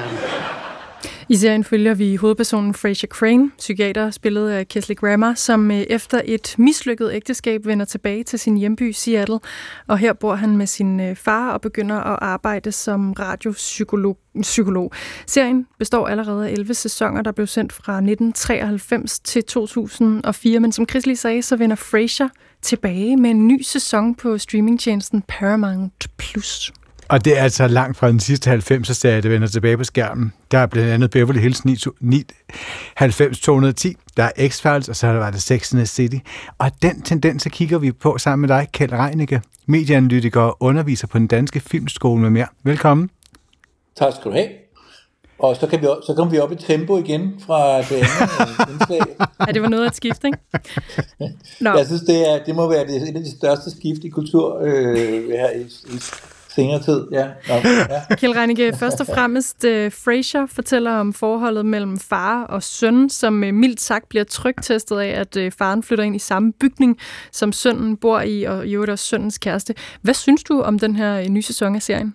I serien følger vi hovedpersonen Frasier Crane, psykiater spillet af Kelsey Grammer, som efter et mislykket ægteskab vender tilbage til sin hjemby Seattle, og her bor han med sin far og begynder at arbejde som radiopsykolog. Psykolog. Serien består allerede af elleve sæsoner, der blev sendt fra nitten treoghalvfems til to tusind og fire, men som Chris lige sagde, så vender Frasier tilbage med en ny sæson på streamingtjenesten Paramount Plus. Og det er altså langt fra den sidste halvfemser-serie, der vender tilbage på skærmen. Der er blandt andet Beverly Hills halvfems to hundrede og ti, der er X-Files, og så var det Sex and the City. Og den tendens, så kigger vi på sammen med dig, Kjeld Reinicke, medieanalytiker og underviser på den danske filmskole med mere. Velkommen. Tak skal du have. Og så kan vi, så kommer vi op i tempo igen fra det andet indslag. Ja, det var noget af et skift, ikke? Nå. Jeg synes, det, er, det må være et af de største skift i kultur øh, her i, i senere tid. Ja. Nå, ja. Kjeld Reinicke, først og fremmest uh, Frasier fortæller om forholdet mellem far og søn, som uh, mildt sagt bliver trygtestet af, at uh, faren flytter ind i samme bygning, som sønnen bor i, og i øvrigt også sønnens kæreste. Hvad synes du om den her uh, nye sæson af serien?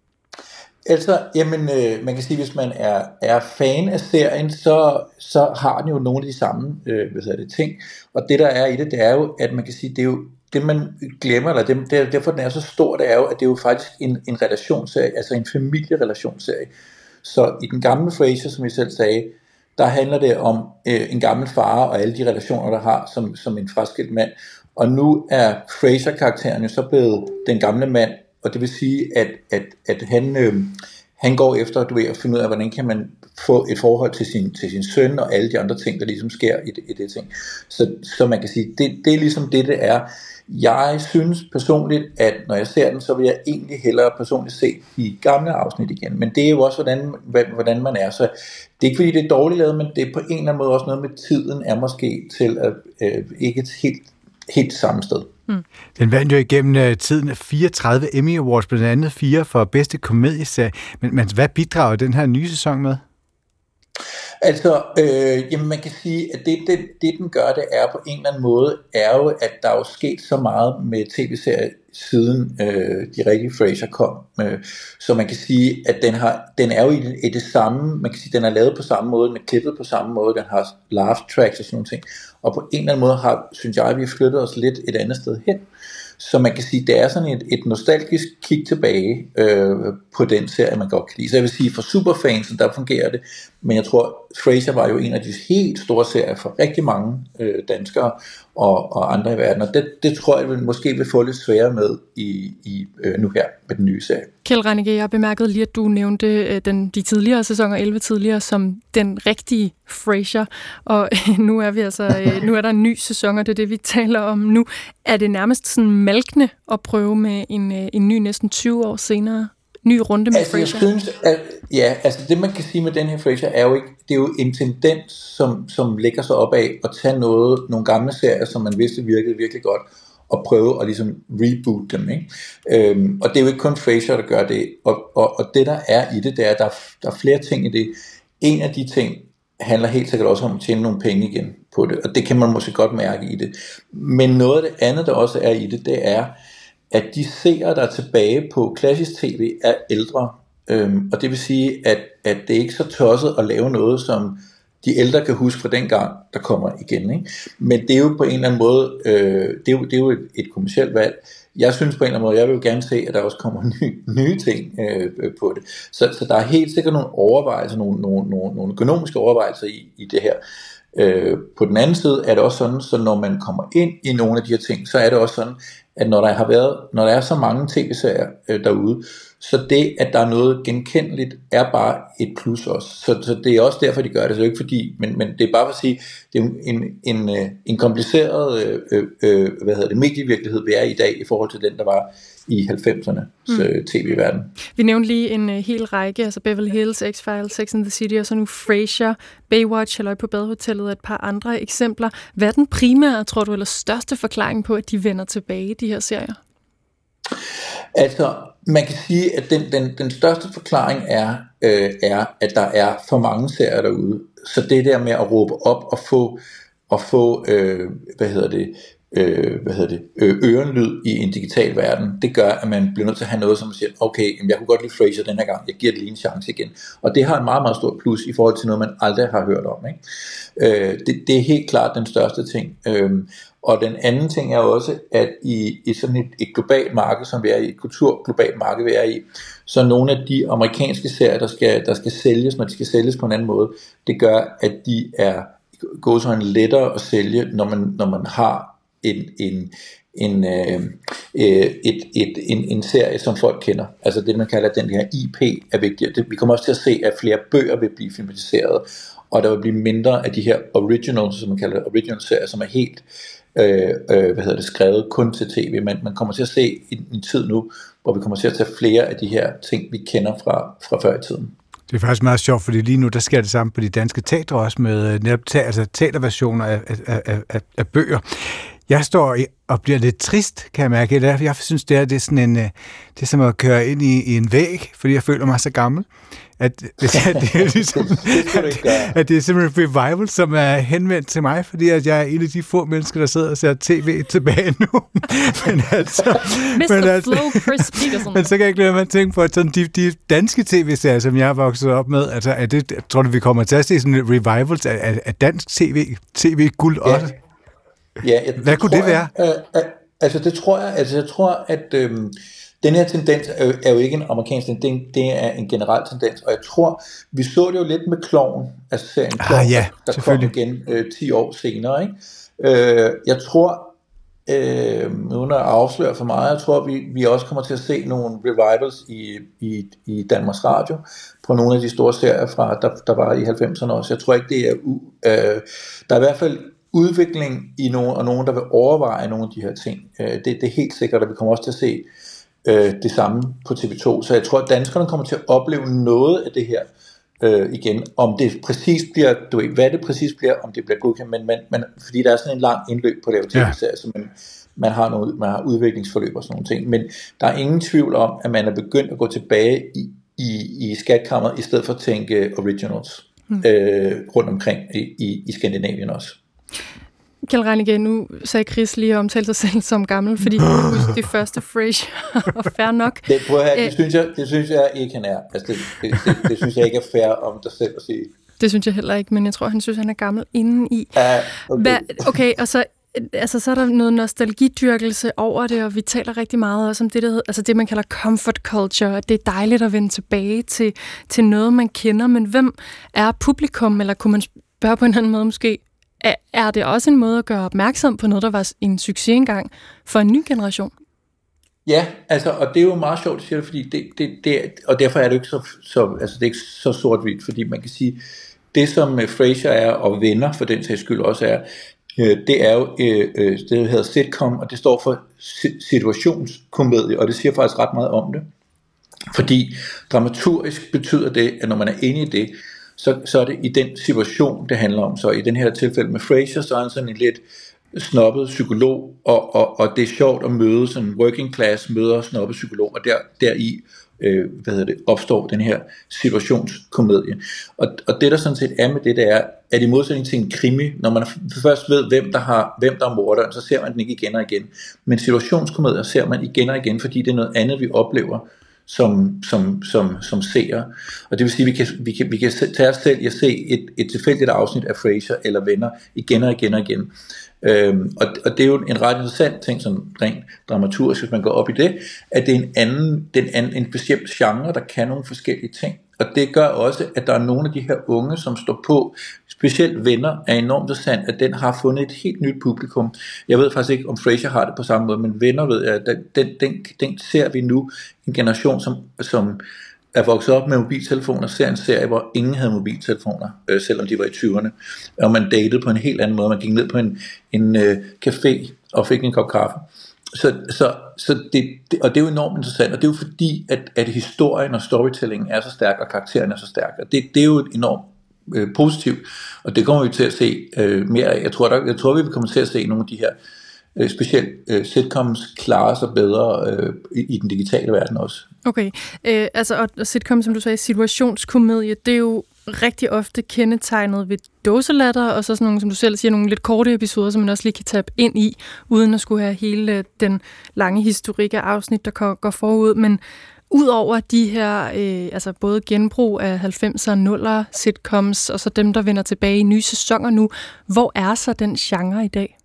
Altså, jamen, øh, man kan sige, hvis man er, er fan af serien, så, så har den jo nogle af de samme øh, hvad hedder det, ting. Og det, der er i det, det er jo, at man kan sige, det er jo det, man glemmer, eller det, det, derfor den er så stor, det er jo, at det er jo faktisk en, en relationsserie, altså en familierelationsserie. Så i den gamle Frasier, som vi selv sagde, der handler det om øh, en gammel far og alle de relationer, der har som, som en fraskilt mand. Og nu er Frasier-karakteren jo så blevet den gamle mand, og det vil sige, at, at, at han, øh, han går efter du ved, at finde ud af, hvordan kan man få et forhold til sin, til sin søn, og alle de andre ting, der ligesom sker i det, i det ting. Så, så man kan sige, det, det er ligesom det, det er. Jeg synes personligt, at når jeg ser den, så vil jeg egentlig hellere personligt se de gamle afsnit igen. Men det er jo også, hvordan, hvordan man er. Så det er ikke fordi, det er dårligt lavet, men det er på en eller anden måde også noget med tiden, er måske til at øh, ikke et helt, helt samme sted. Mm. Den vandt jo igennem tiden fireogtredive Emmy Awards, blandt andet fire for bedste komedieserie. Men, men hvad bidrager den her nye sæson med? Altså, øh, jamen man kan sige, at det, det, det den gør, det er på en eller anden måde, er jo, at der er jo sket så meget med tv-serier siden øh, de rigtige Frasier kom. Øh, så man kan sige, at den, har, den er jo i det, i det samme, man kan sige, den er lavet på samme måde, den er klippet på samme måde, den har laugh tracks og sådan nogle ting. Og på en eller anden måde har, synes jeg, at vi har flyttet os lidt et andet sted hen. Så man kan sige, det er sådan et, et nostalgisk kig tilbage øh, på den serie, man godt kan lide. Så jeg vil sige, for superfansen, der fungerer det. Men jeg tror, Frasier var jo en af de helt store serier for rigtig mange øh, danskere og, og andre i verden. Og det, det tror jeg vil, måske vil få lidt sværere med i, i øh, nu her med den nye serie. Kjeld Reinicke, jeg bemærkede lige, at du nævnte øh, den, de tidligere sæsoner, elleve tidligere, som den rigtige Frasier. Og øh, nu er vi altså, øh, nu er der en ny sæson, og det er det, vi taler om nu. Er det nærmest sådan malkende at prøve med en, øh, en ny næsten tyve år senere? Ny runde med altså, Frasier? Jeg synes, at, ja, altså det man kan sige med den her Frasier, er jo ikke, det er jo en tendens, som, som lægger sig op af at tage noget, nogle gamle serier, som man vidste virkede virkelig godt, og prøve at ligesom reboot dem, ikke? Øhm, og det er jo ikke kun Frasier, der gør det, og, og, og det der er i det, det er, at der, der er flere ting i det. En af de ting handler helt sikkert også om at tjene nogle penge igen på det, og det kan man måske godt mærke i det. Men noget af det andet, der også er i det, det er, at de seere, der er tilbage på klassisk tv, er ældre. Øhm, og det vil sige, at, at det er ikke så tosset at lave noget, som de ældre kan huske fra den gang, der kommer igen. Ikke? Men det er jo på en eller anden måde, øh, det, er jo, det er jo et, et kommercielt valg. Jeg synes på en eller anden måde, jeg vil jo gerne se, at der også kommer nye, nye ting øh, på det. Så, så der er helt sikkert nogle overvejelser, nogle, nogle, nogle, nogle økonomiske overvejelser i, i det her. Øh, på den anden side er det også sådan, så når man kommer ind i nogle af de her ting, så er det også sådan, at når der har været, når der er så mange tv-serier øh, derude, så det, at der er noget genkendeligt, er bare et plus også. Så, så det er også derfor, de gør det. Så det er ikke fordi, men, men det er bare for at sige, det er en, en, en kompliceret øh, øh, hvad hedder det, medievirkelighed, vi er i dag, i forhold til den, der var i halvfemserne mm. tv-verden. Vi nævnte lige en uh, hel række, altså Beverly Hills, X-Files, Sex and the City, og så nu Frasier, Baywatch, Halløj på badehotellet og et par andre eksempler. Hvad er den primære, tror du, eller største forklaring på, at de vender tilbage, de her serier? Altså, man kan sige, at den, den, den største forklaring er, øh, er, at der er for mange serier derude. Så det der med at råbe op og få, og få øh, hvad hedder det, øh, hvad hedder det, øh, ørenlyd i en digital verden, det gør, at man bliver nødt til at have noget, som man siger, okay, jeg kunne godt lide Frasier den her gang, jeg giver det lige en chance igen. Og det har en meget, meget stor plus i forhold til noget, man aldrig har hørt om. Ikke? Øh, det, det er helt klart den største ting. Øh, Og den anden ting er også, at i, i sådan et, et globalt marked, som vi er i, et kulturglobalt marked, vi er i, så nogle af de amerikanske serier, der skal, der skal sælges, når de skal sælges på en anden måde, det gør, at de er går så en lettere at sælge, når man, når man har en, en, en, øh, et, et, en, en serie, som folk kender. Altså det, man kalder den her I P, er vigtigt. Det, vi kommer også til at se, at flere bøger vil blive filmatiseret, og der vil blive mindre af de her originals, som man kalder det, original-serier, som er helt Øh, øh, hvad hedder det, skrevet kun til tv, men man kommer til at se en, en tid nu, hvor vi kommer til at tage flere af de her ting, vi kender fra, fra før i tiden. Det er faktisk meget sjovt, fordi lige nu, der sker det samme på de danske teatre også, med netop altså teaterversioner af, af, af, af, af bøger. Jeg står og bliver lidt trist, kan jeg mærke. Jeg synes, det er, det er sådan en, det er som at køre ind i, i en væg, fordi jeg føler mig så gammel. At, at, det er ligesom, at, at det er simpelthen en revival, som er henvendt til mig, fordi at jeg er en af de få mennesker, der sidder og ser tv tilbage nu. men altså, men, altså men så kan jeg ikke lade mig at tænke på, at sådan de, de danske tv-serier, som jeg har vokset op med, altså, er det, tror du, vi kommer til at se sådan en revival af, af dansk tv, tv-guld ja. også? Ja, jeg, Hvad kunne det være? Jeg, øh, øh, altså det tror jeg, altså jeg tror, at øh, den her tendens er jo, er jo ikke en amerikansk tendens, det er en generel tendens, og jeg tror, vi så det jo lidt med Klovn, altså serien Klovn, ah, ja, der kom igen øh, ti år senere, ikke? Øh, jeg tror, øh, uden at afsløre for meget, jeg tror, vi, vi også kommer til at se nogle revivals i, i, i Danmarks Radio, på nogle af de store serier, fra, der, der var i halvfemserne også. Jeg tror ikke, det er, u, øh, der er i hvert fald udvikling i nogen, og nogen, der vil overveje nogle af de her ting. Øh, det, det er helt sikkert, at vi kommer også til at se øh, det samme på T V to. Så jeg tror, at danskerne kommer til at opleve noget af det her øh, igen. Om det præcis bliver, du ved, hvad det præcis bliver, om det bliver godkendt, men, men, men fordi der er sådan en lang indløb på det her tv-serie, så man, man, har noget, man har udviklingsforløb og sådan nogle ting. Men der er ingen tvivl om, at man er begyndt at gå tilbage i, i, i skatkammeret, i stedet for at tænke originals. mm. øh, rundt omkring i, i, i Skandinavien også. Kjeld Reinicke, nu sagde Chris lige at omtale sig selv som gammel, fordi han kan huske det første Frasier, og fair nok. Det, prøv at høre, det, synes jeg, det synes jeg ikke, han er. Altså, det, det, det, det synes jeg ikke er fair om dig selv at sige. Det synes jeg heller ikke, men jeg tror, han synes, han er gammel indeni. Ja, okay. Hvad, okay, og så, altså, så er der noget nostalgidyrkelse over det, og vi taler rigtig meget også om det, der hedder, altså det, man kalder comfort culture, at det er dejligt at vende tilbage til, til noget, man kender, men hvem er publikum, eller kunne man spørge på en anden måde måske, er det også en måde at gøre opmærksom på noget, der var en succes engang for en ny generation? Ja, altså, og det er jo meget sjovt, siger det, fordi det, det, det, og derfor er det jo ikke så, så, altså, det er ikke så sort-hvidt, fordi man kan sige, det som Frasier er, og Venner for den sags skyld også er, øh, det er jo øh, det, der hedder sitcom, og det står for situationskomedie, og det siger faktisk ret meget om det. Fordi dramaturgisk betyder det, at når man er inde i det, så, så er det i den situation, det handler om. Så i den her tilfælde med Frasier, så er han sådan en lidt snobbet psykolog, og, og, og det er sjovt at møde sådan en working class, møder snobbet psykolog, og der, deri øh, hvad hedder det, opstår den her situationskomedie. Og, og det der sådan set er med det, det er, at i modsætning til en krimi, når man først ved, hvem der, har, hvem der er morderen, så ser man den ikke igen og igen. Men situationskomedier ser man igen og igen, fordi det er noget andet, vi oplever som, som, som, som seere. Og det vil sige, at vi kan, vi kan, vi kan tage os selv i at se et, et tilfældigt afsnit af Frasier eller Venner igen og igen og igen. Øhm, og, og det er jo en ret interessant ting, sådan rent dramaturgisk, hvis man går op i det, at det er en anden, den anden, en bestemt genre, der kan nogle forskellige ting. Og det gør også, at der er nogle af de her unge, som står på, specielt Venner, er enormt interessant, at den har fundet et helt nyt publikum. Jeg ved faktisk ikke, om Frasier har det på samme måde, men Venner ved jeg, at den, den, den ser vi nu, en generation, som, som er vokset op med mobiltelefoner, ser en serie, hvor ingen havde mobiltelefoner, øh, selvom de var i tyverne, og man datede på en helt anden måde. Man gik ned på en, en øh, café og fik en kop kaffe. Så, så, så det, det, og det er jo enormt interessant, og det er jo fordi, at, at historien og storytellingen er så stærk, og karakteren er så stærk, og det, det er jo enormt øh, positivt, og det kommer vi til at se øh, mere af. Jeg tror, der, jeg tror, vi kommer til at se nogle af de her, øh, specielt øh, sitcoms klare sig bedre øh, i, i den digitale verden også. Okay, øh, altså og sitcom, som du sagde, situationskomedie, det er jo rigtig ofte kendetegnet ved dåselatter, og så sådan nogle, som du selv siger, nogle lidt korte episoder, som man også lige kan tabe ind i, uden at skulle have hele den lange historik af afsnit, der går forud. Men udover de her, øh, altså både genbrug af halvfemser og nuller sitcoms, og så dem, der vender tilbage i nye sæsoner nu, hvor er så den genre i dag?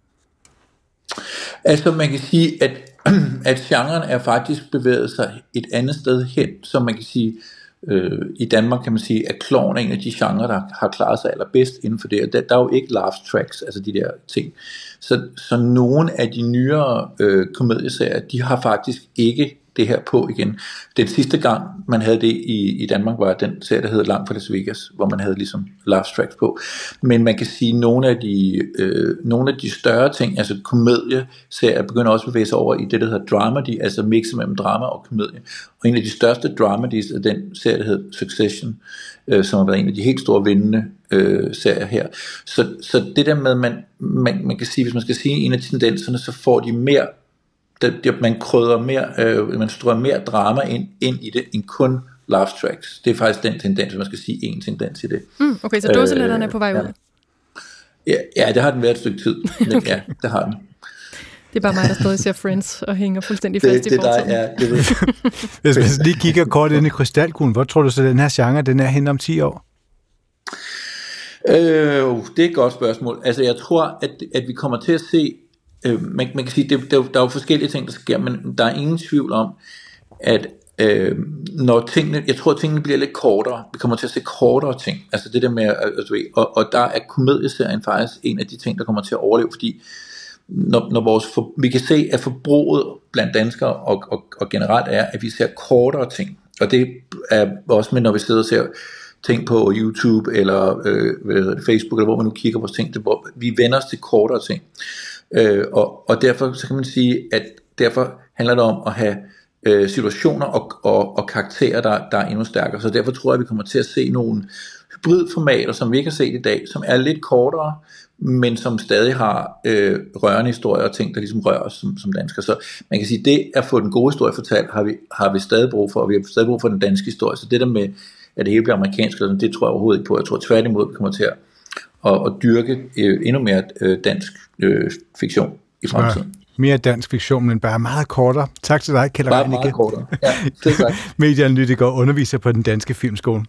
Altså man kan sige, at, at genren er faktisk bevæget sig et andet sted hen, som man kan sige, øh, i Danmark kan man sige, at klovn er en af de genrer, der har klaret sig allerbedst inden for det. Der, der er jo ikke laugh tracks, altså de der ting. Så, så nogle af de nyere øh, komedieserier, de har faktisk ikke det her på igen. Den sidste gang, man havde det i, i Danmark, var den serie, der hed Langt fra Las Vegas, hvor man havde ligesom laugh tracks på. Men man kan sige, at nogle af de, øh, nogle af de større ting, altså komedieserier, begynder også at bevæge sig over i det, der hedder dramedy, altså mixet mellem drama og komedie. Og en af de største dramedies er den serie, der hedder Succession, øh, som har været en af de helt store vindende øh, serier her. Så, så det der med, man, man, man kan sige, hvis man skal sige en af tendenserne, så får de mere Det, man krydder mere, øh, man strømmer mere drama ind, ind i det, end kun laugh tracks. Det er faktisk den tendens, man skal sige en tendens i det. Mm, okay, så dåselatterne øh, er på vej ja. ud? Ja, ja, det har den været et stykke tid. Men okay. Ja, det har den. Det er bare mig, der stadig ser Friends og hænger fuldstændig fast det, i fortiden. Ja, det ved Hvis man lige kigger kort ind i krystalkuglen, hvor tror du så, den her genre, den er hen om ti år? Øh, det er et godt spørgsmål. Altså, jeg tror, at, at vi kommer til at se Øh, man, man kan sige, det, der, der er jo forskellige ting, der sker, men der er ingen tvivl om, at øh, når tingene, jeg tror, at tingene bliver lidt kortere, vi kommer til at se kortere ting, altså det der med, altså, og, og der er komedieserien faktisk en af de ting, der kommer til at overleve, fordi når, når vores for, vi kan se, at forbruget blandt danskere og, og, og generelt er, at vi ser kortere ting, og det er også med, når vi sidder og ser ting på YouTube, eller øh, hvad hedder det, Facebook, eller hvor man nu kigger på ting, det, hvor vi vender os til kortere ting. Øh, og, og derfor så kan man sige, at derfor handler det om at have øh, situationer og, og, og karakterer, der, der er endnu stærkere. Så derfor tror jeg, at vi kommer til at se nogle hybridformater, som vi ikke har set i dag, som er lidt kortere, men som stadig har øh, rørende historier og ting, der ligesom rører os som, som danskere. Så man kan sige, at det at få den gode historie fortalt, har vi, har vi stadig brug for, og vi har stadig brug for den danske historie. Så det der med at det hele bliver amerikansk. Det tror jeg overhovedet ikke på. Jeg tror tværtimod, at vi kommer til at, at, at dyrke øh, endnu mere øh, dansk øh, fiktion i fremtiden. Ja, mere dansk fiktion, men bare meget kortere. Tak til dig, Kjeld Reinicke. Bare meget kortere, ja. Det er medieanalytiker og underviser på den danske filmskole.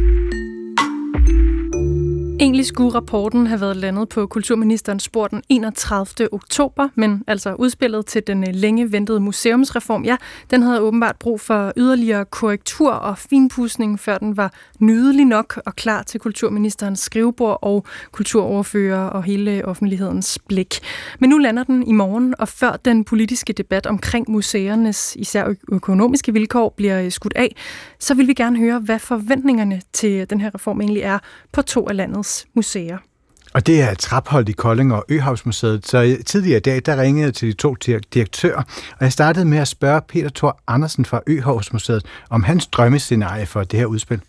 Egentlig skulle rapporten have været landet på kulturministerens bord den enogtredivte oktober, men altså udspillet til den længe ventede museumsreform, ja, den havde åbenbart brug for yderligere korrektur og finpudsning, før den var nydelig nok og klar til kulturministerens skrivebord og kulturoverfører og hele offentlighedens blik. Men nu lander den i morgen, og før den politiske debat omkring museernes især økonomiske vilkår bliver skudt af, så vil vi gerne høre, hvad forventningerne til den her reform egentlig er på to af landets museer. Og det er Trapholt i Kolding og Øhavsmuseet. Så tidligere i dag, der ringede jeg til de to direktører, og jeg startede med at spørge Peter Thor Andersen fra Øhavsmuseet om hans drømmescenarie for det her udspil.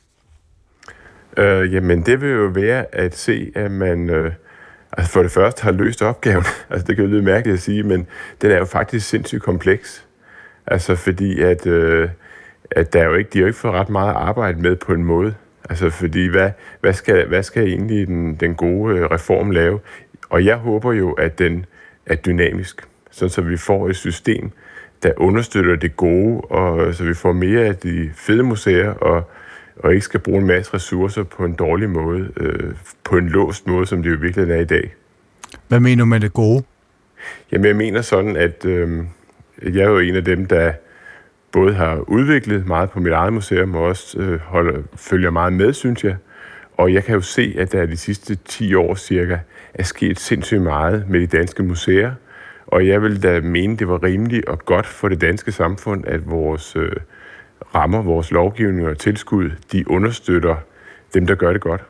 Øh, jamen, det vil jo være at se, at man øh, altså for det første har løst opgaven. Altså, det kan jo lyde mærkeligt at sige, men den er jo faktisk sindssygt kompleks. Altså, fordi at, øh, at der er jo ikke, de har jo ikke fået ret meget arbejde med på en måde. Altså, fordi hvad, hvad, skal, hvad skal egentlig den, den gode reform lave? Og jeg håber jo, at den er dynamisk, sådan så vi får et system, der understøtter det gode, og så vi får mere af de fede museer, og, og ikke skal bruge en masse ressourcer på en dårlig måde, øh, på en låst måde, som det jo virkelig er i dag. Hvad mener du med det gode? Jamen, jeg mener sådan, at øh, jeg er jo en af dem, der både har udviklet meget på mit eget museum, og også øh, holder, følger meget med, synes jeg. Og jeg kan jo se, at der de sidste ti år cirka er sket sindssygt meget med de danske museer. Og jeg vil da mene, det var rimeligt og godt for det danske samfund, at vores øh, rammer, vores lovgivning og tilskud, de understøtter dem, der gør det godt.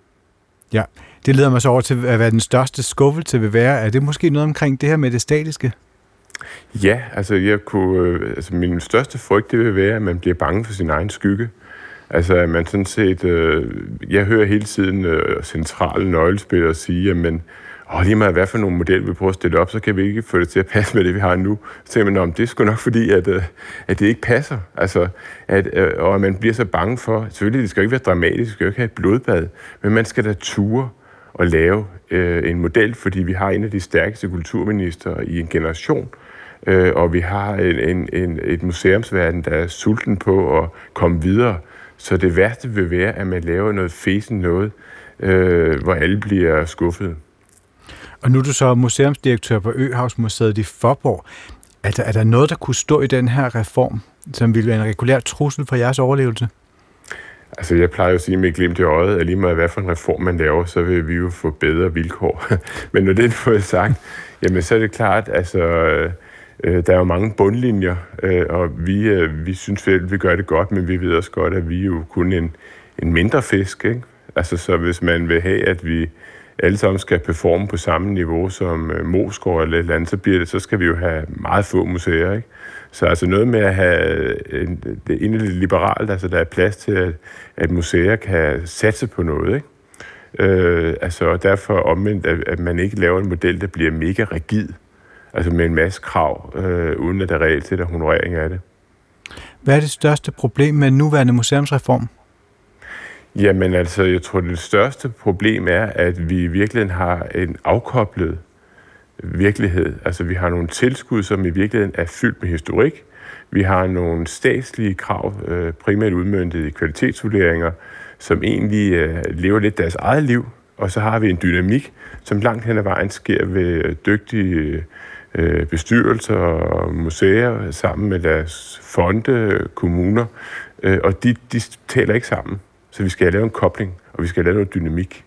Ja, det leder mig så over til, hvad den største skuffelse vil være. Er det måske noget omkring det her med det statiske? Ja, altså, jeg kunne, altså min største frygt, det vil være, at man bliver bange for sin egen skygge. Altså, at man sådan set, øh, jeg hører hele tiden øh, centrale nøglespillere sige, jamen, åh, lige meget hvad for nogle modeller vi prøver at stille op, så kan vi ikke få det til at passe med det, vi har nu. Så tænker man, det er sgu nok fordi, at, øh, at det ikke passer. Altså, at, øh, og at man bliver så bange for, selvfølgelig, det skal ikke være dramatisk, det skal jo ikke have et blodbad, men man skal da ture og lave øh, en model, fordi vi har en af de stærkeste kulturminister i en generation, øh, og vi har en, en, en, et museumsverden, der er sulten på at komme videre. Så det værste vil være, at man laver noget fesen noget, øh, hvor alle bliver skuffede. Og nu er du så museumsdirektør på Øhavsmuseet i Faaborg. Er der, er der noget, der kunne stå i den her reform, som ville være en regulær trussel for jeres overlevelse? Altså, jeg plejer jo at sige med glimt i øjet, at lige meget hvad for en reform man laver, så vil vi jo få bedre vilkår. Men når det er fået sagt, jamen så er det klart, altså, øh, der er jo mange bundlinjer, øh, og vi, øh, vi synes vel, vi gør det godt, men vi ved også godt, at vi er jo kun en, en mindre fisk, ikke? Altså, så hvis man vil have, at vi alle sammen skal performe på samme niveau som øh, Moesgaard eller et eller andet, så, bliver det, så skal vi jo have meget få museer, ikke? Så altså noget med at have en, det egentlig liberalt, altså der er plads til, at, at museer kan satse på noget, ikke? Øh, altså derfor omvendt, at, at man ikke laver en model, der bliver mega rigid, altså med en masse krav, øh, uden at der reelt set er honorering af det. Hvad er det største problem med den nuværende museumsreform? Jamen altså, jeg tror, det største problem er, at vi i virkeligheden har en afkoblet virkelighed. Altså, vi har nogle tilskud, som i virkeligheden er fyldt med historik. Vi har nogle statslige krav, øh, primært udmøntet i kvalitetsvurderinger, som egentlig øh, lever lidt deres eget liv. Og så har vi en dynamik, som langt hen ad vejen sker ved dygtige øh, bestyrelser og museer sammen med deres fonde, kommuner. Øh, og de, de taler ikke sammen. Så vi skal lave en kobling, og vi skal lave noget dynamik.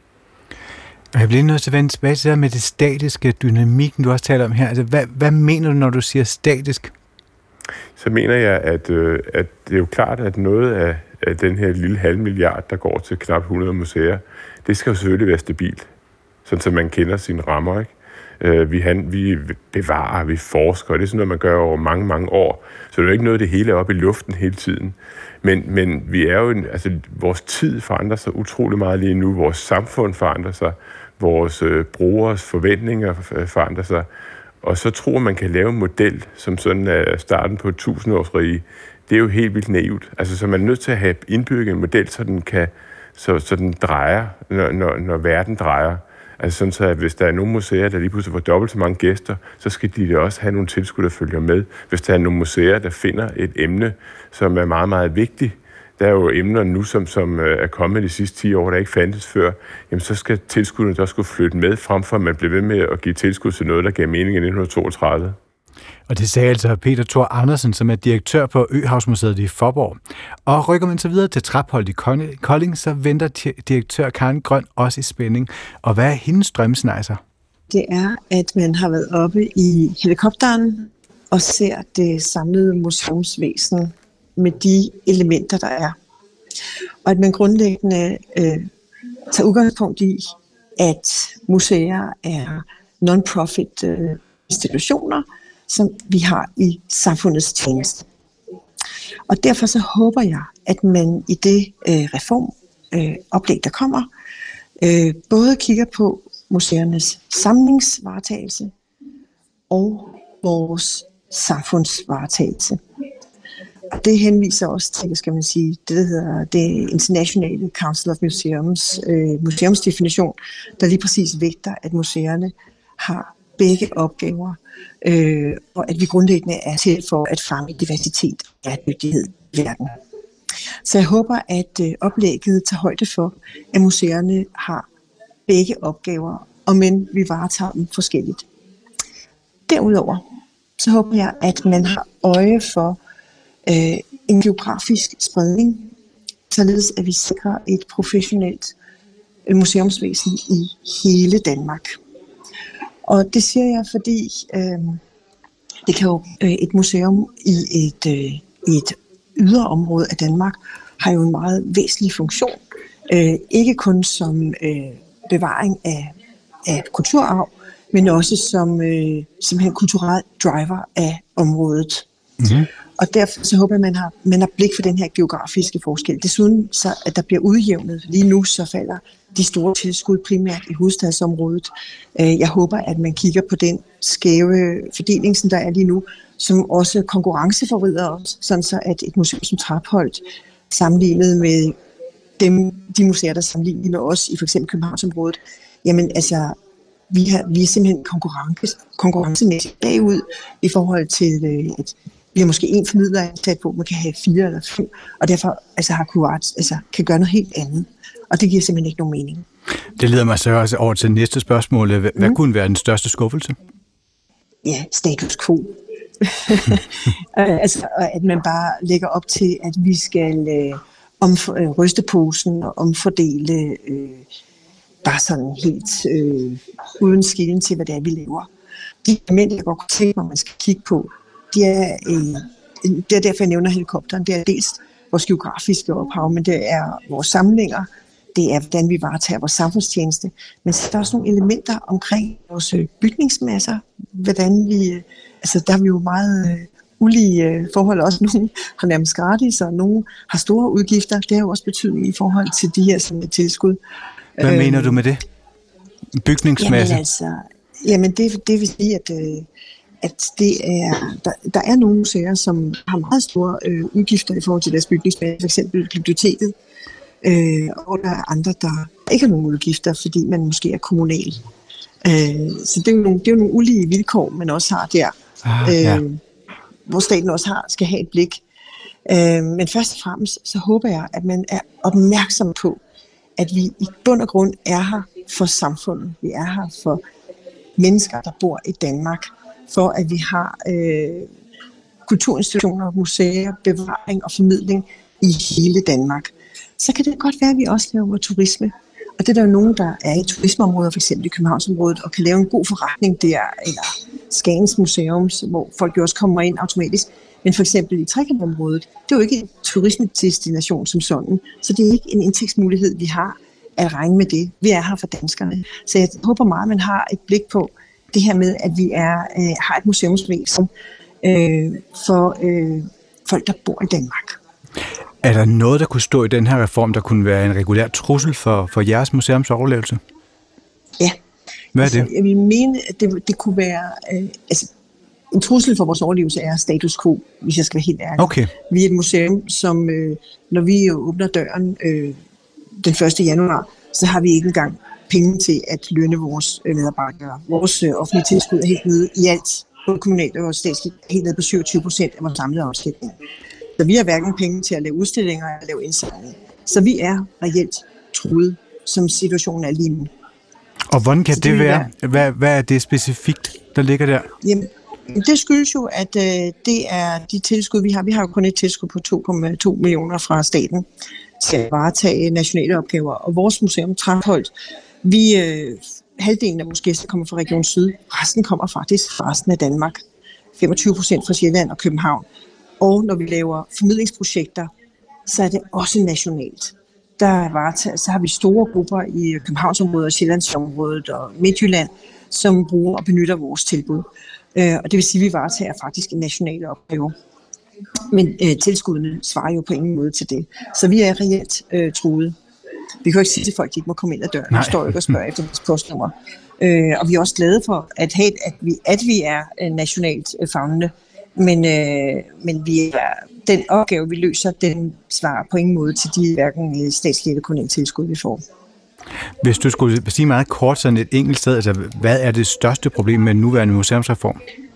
Jeg bliver nødt til at vende tilbage til det med det statiske dynamikken, du også taler om her. Altså, hvad, hvad mener du, når du siger statisk? Så mener jeg, at, øh, at det er jo klart, at noget af, af den her lille halv milliard, der går til knap hundrede museer, det skal jo selvfølgelig være stabilt, sådan så man kender sine rammer, ikke? Øh, vi, han, vi bevarer, vi forsker, og det er sådan noget, man gør over mange, mange år. Så det er jo ikke noget, det hele er oppe i luften hele tiden. Men, men vi er jo en, altså, vores tid forandrer sig utrolig meget lige nu, vores samfund forandrer sig, vores øh, brugers forventninger forandrer sig, og så tror man kan lave en model, som sådan er starten på et tusindårsrige, det er jo helt vildt naivt. Altså, så man er nødt til at have indbygget en model, så den kan, så, så den drejer, når, når, når verden drejer. Altså sådan så, at hvis der er nogle museer, der lige pludselig får dobbelt så mange gæster, så skal de også have nogle tilskud, der følger med. Hvis der er nogle museer, der finder et emne, som er meget, meget vigtigt, der er jo emner nu, som, som er kommet de sidste ti år, der ikke fandtes før, jamen så skal tilskuddene også skulle flytte med, frem for at man bliver ved med at give tilskud til noget, der gav mening i nitten toogtredive. Og det sagde altså Peter Thor Andersen, som er direktør på Øhavsmuseet i Faaborg. Og rykker man så videre til Trapholt i Kolding, så venter direktør Karen Grøn også i spænding. Og hvad er hendes drømmesnejser? Det er, at man har været oppe i helikopteren og ser det samlede museumsvæsen med de elementer, der er. Og at man grundlæggende øh, tager udgangspunkt i, at museer er non-profit øh, institutioner, som vi har i samfundets tjeneste. Og derfor så håber jeg, at man i det øh, reformoplæg, øh, der kommer, øh, både kigger på museernes samlingsvaretagelse og vores samfundsvaretagelse. Og det henviser også til, skal man sige, det der hedder det International Council of Museums øh, museumsdefinition, der lige præcis vægter, at museerne har begge opgaver, øh, og at vi grundlæggende er til for at fremme diversitet og bæredygtighed i verden. Så jeg håber, at øh, oplægget tager højde for, at museerne har begge opgaver, og men vi varetager dem forskelligt. Derudover så håber jeg, at man har øje for øh, en geografisk spredning, således at vi sikrer et professionelt museumsvæsen i hele Danmark. Og det siger jeg, fordi øh, det kan jo øh, et museum i et, øh, i et yderområde af Danmark har jo en meget væsentlig funktion. Øh, ikke kun som øh, bevaring af, af kulturarv, men også som øh, simpelthen kulturel driver af området. Mm-hmm. Og derfor så håber jeg, at man har, man har blik for den her geografiske forskel. Desuden så, at der bliver udjævnet. Lige nu så falder de store tilskud primært i hovedstadsområdet. Jeg håber, at man kigger på den skæve fordeling, som der er lige nu, som også konkurrenceforvrider os, sådan så at et museum som Trapholt, sammenlignet med dem, de museer, der sammenligner med os i for eksempel Københavnsområdet, jamen altså, vi, har, vi er simpelthen konkurrence, konkurrencemæssigt bagud i forhold til, at vi har måske en formidler ansat på, man kan have fire eller fem, og derfor altså, har Kurat, altså, kan gøre noget helt andet. Og det giver simpelthen ikke nogen mening. Det leder mig så også over til næste spørgsmål. Hvad mm. kunne være den største skuffelse? Ja, status quo. altså, at man bare lægger op til, at vi skal øh, omfor, øh, ryste posen og omfordele øh, bare sådan helt øh, uden skillen til, hvad det er, vi laver. De elementer, jeg godt kunne tænke mig, man skal kigge på, de er, øh, det er derfor, jeg nævner helikopteren. Det er dels vores geografiske ophav, men det er vores samlinger, det er, hvordan vi varetager vores samfundstjeneste. Men så er der også nogle elementer omkring vores bygningsmasser, hvordan vi, altså der er vi jo meget øh, ulige øh, forhold, også nogle har nærmest gratis, og nogle har store udgifter. Det har jo også betydning i forhold til de her sådan, tilskud. Hvad øh, mener du med det? Bygningsmasse? Jamen altså, jamen det, det vil sige, at, øh, at det er, der, der er nogle museer, som har meget store øh, udgifter i forhold til deres bygningsmasse, for eksempel biblioteket. Øh, og der er andre, der ikke har nogen udgifter, fordi man måske er kommunal. Øh, så det er, jo nogle, det er jo nogle ulige vilkår, man også har der, ah, ja. øh, hvor staten også har, skal have et blik. Øh, men først og fremmest, så håber jeg, at man er opmærksom på, at vi i bund og grund er her for samfundet. Vi er her for mennesker, der bor i Danmark, for at vi har øh, kulturinstitutioner, museer, bevaring og formidling i hele Danmark. Så kan det godt være, at vi også laver turisme. Og det er der jo nogen, der er i turismeområder, f.eks. i Københavnsområdet, og kan lave en god forretning der, eller Skagens Museum, hvor folk jo også kommer ind automatisk. Men for eksempel i Trekantområdet, det er jo ikke en turismedestination som sådan, så det er ikke en indtægtsmulighed, vi har at regne med det. Vi er her for danskerne. Så jeg håber meget, at man har et blik på det her med, at vi er, øh, har et museumsvæsen øh, for øh, folk, der bor i Danmark. Er der noget, der kunne stå i den her reform, der kunne være en regulær trussel for, for jeres museums overlevelse? Ja. Hvad er altså, det? Jeg vil mene, at det, det kunne være... Øh, altså, en trussel for vores overlevelse er status quo, hvis jeg skal være helt ærlig. Okay. Vi er et museum, som øh, når vi åbner døren øh, den første januar, så har vi ikke engang penge til at lønne vores øh, medarbejdere. Vores øh, offentlige tilskud er helt nede i alt, både kommunalt og statsligt, helt nede på syvogtyve procent af vores samlede omsætning. Så vi har hverken penge til at lave udstillinger eller lave indsamling. Så vi er reelt truet, som situationen er lige nu. Og hvordan kan Så det, det være? Hvad, hvad er det specifikt, der ligger der? Jamen, det skyldes jo, at øh, det er de tilskud, vi har. Vi har jo kun et tilskud på to komma to millioner fra staten til at varetage nationale opgaver. Og vores museum, Trapholt, vi, øh, halvdelen af vores gæster kommer fra Region Syd. Resten kommer faktisk fra resten af Danmark. femogtyve procent fra Sjælland og København. Og når vi laver formidlingsprojekter, så er det også nationalt. Der varetager, så har vi store grupper i Københavnsområdet, Sjællandsområdet og Midtjylland, som bruger og benytter vores tilbud. Øh, og det vil sige, at vi varetager faktisk en national opgave. Men øh, tilskuddene svarer jo på ingen måde til det. Så vi er reelt øh, truet. Vi kan jo ikke sige til folk, at de ikke må komme ind ad døren. Vi står jo ikke og spørger efter deres postnummer. Øh, og vi er også glade for, at, have, at, vi, at vi er øh, nationalt øh, favnende. Men, øh, men vi er, den opgave, vi løser, den svarer på ingen måde til de hverken statslige eller kommunale tilskud, vi får. Hvis du skulle sige meget kort sådan et enkelt sted, altså hvad er det største problem med den nuværende museumsreform?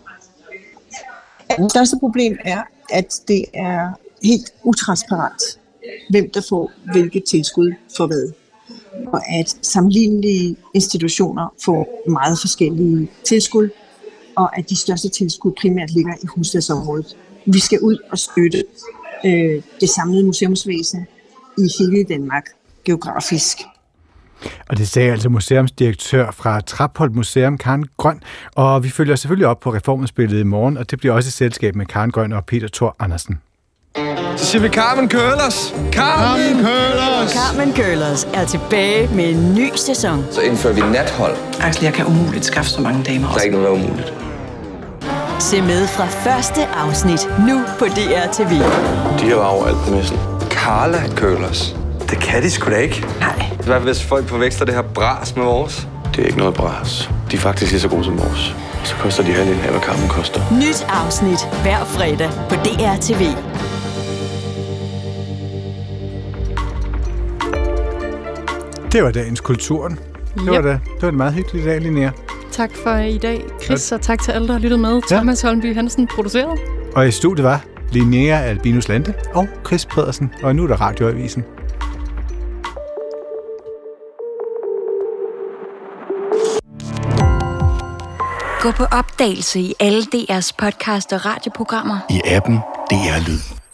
Det største problem er, at det er helt utransparent, hvem der får hvilket tilskud for hvad. Og at sammenlignelige institutioner får meget forskellige tilskud, og at de største tilskud primært ligger i hovedstadsområdet. Vi skal ud og støtte øh, det samlede museumsvæsen i hele Danmark, geografisk. Og det sagde altså museumsdirektør fra Trapholt Museum, Karen Grøn. Og vi følger selvfølgelig op på reformspillet i morgen, og det bliver også et selskab med Karen Grøn og Peter Thor Andersen. Så siger vi Carmen Curlers. Carmen Curlers. Carmen Curlers er tilbage med en ny sæson. Så indfører vi nathold. Axel, jeg kan umuligt skaffe så mange damer. Der er ikke noget, der er umuligt. Se med fra første afsnit nu på D R T V. De har overalt på messen. Carla Curlers. Det kan de sgu da ikke. Nej. Hvad hvis folk forveksler det her bras med vores? Det er ikke noget bras. De er faktisk lige så gode som vores. Så koster de halvdelen af, hvad Carmen koster. Nyt afsnit hver fredag på D R T V. Det var dagens Kulturen. Det var, Yep. da, det var en meget hyggelig dag, Linnea. Tak for i dag, Chris, og tak til alle, der har lyttet med. Ja. Thomas Holmby Hansen produceret. Og i studiet var Linnea Albinus Lande og Chris Pedersen. Og nu er der Radioavisen. Gå på opdagelse i alle D R's podcast og radioprogrammer. I appen D R Lyd.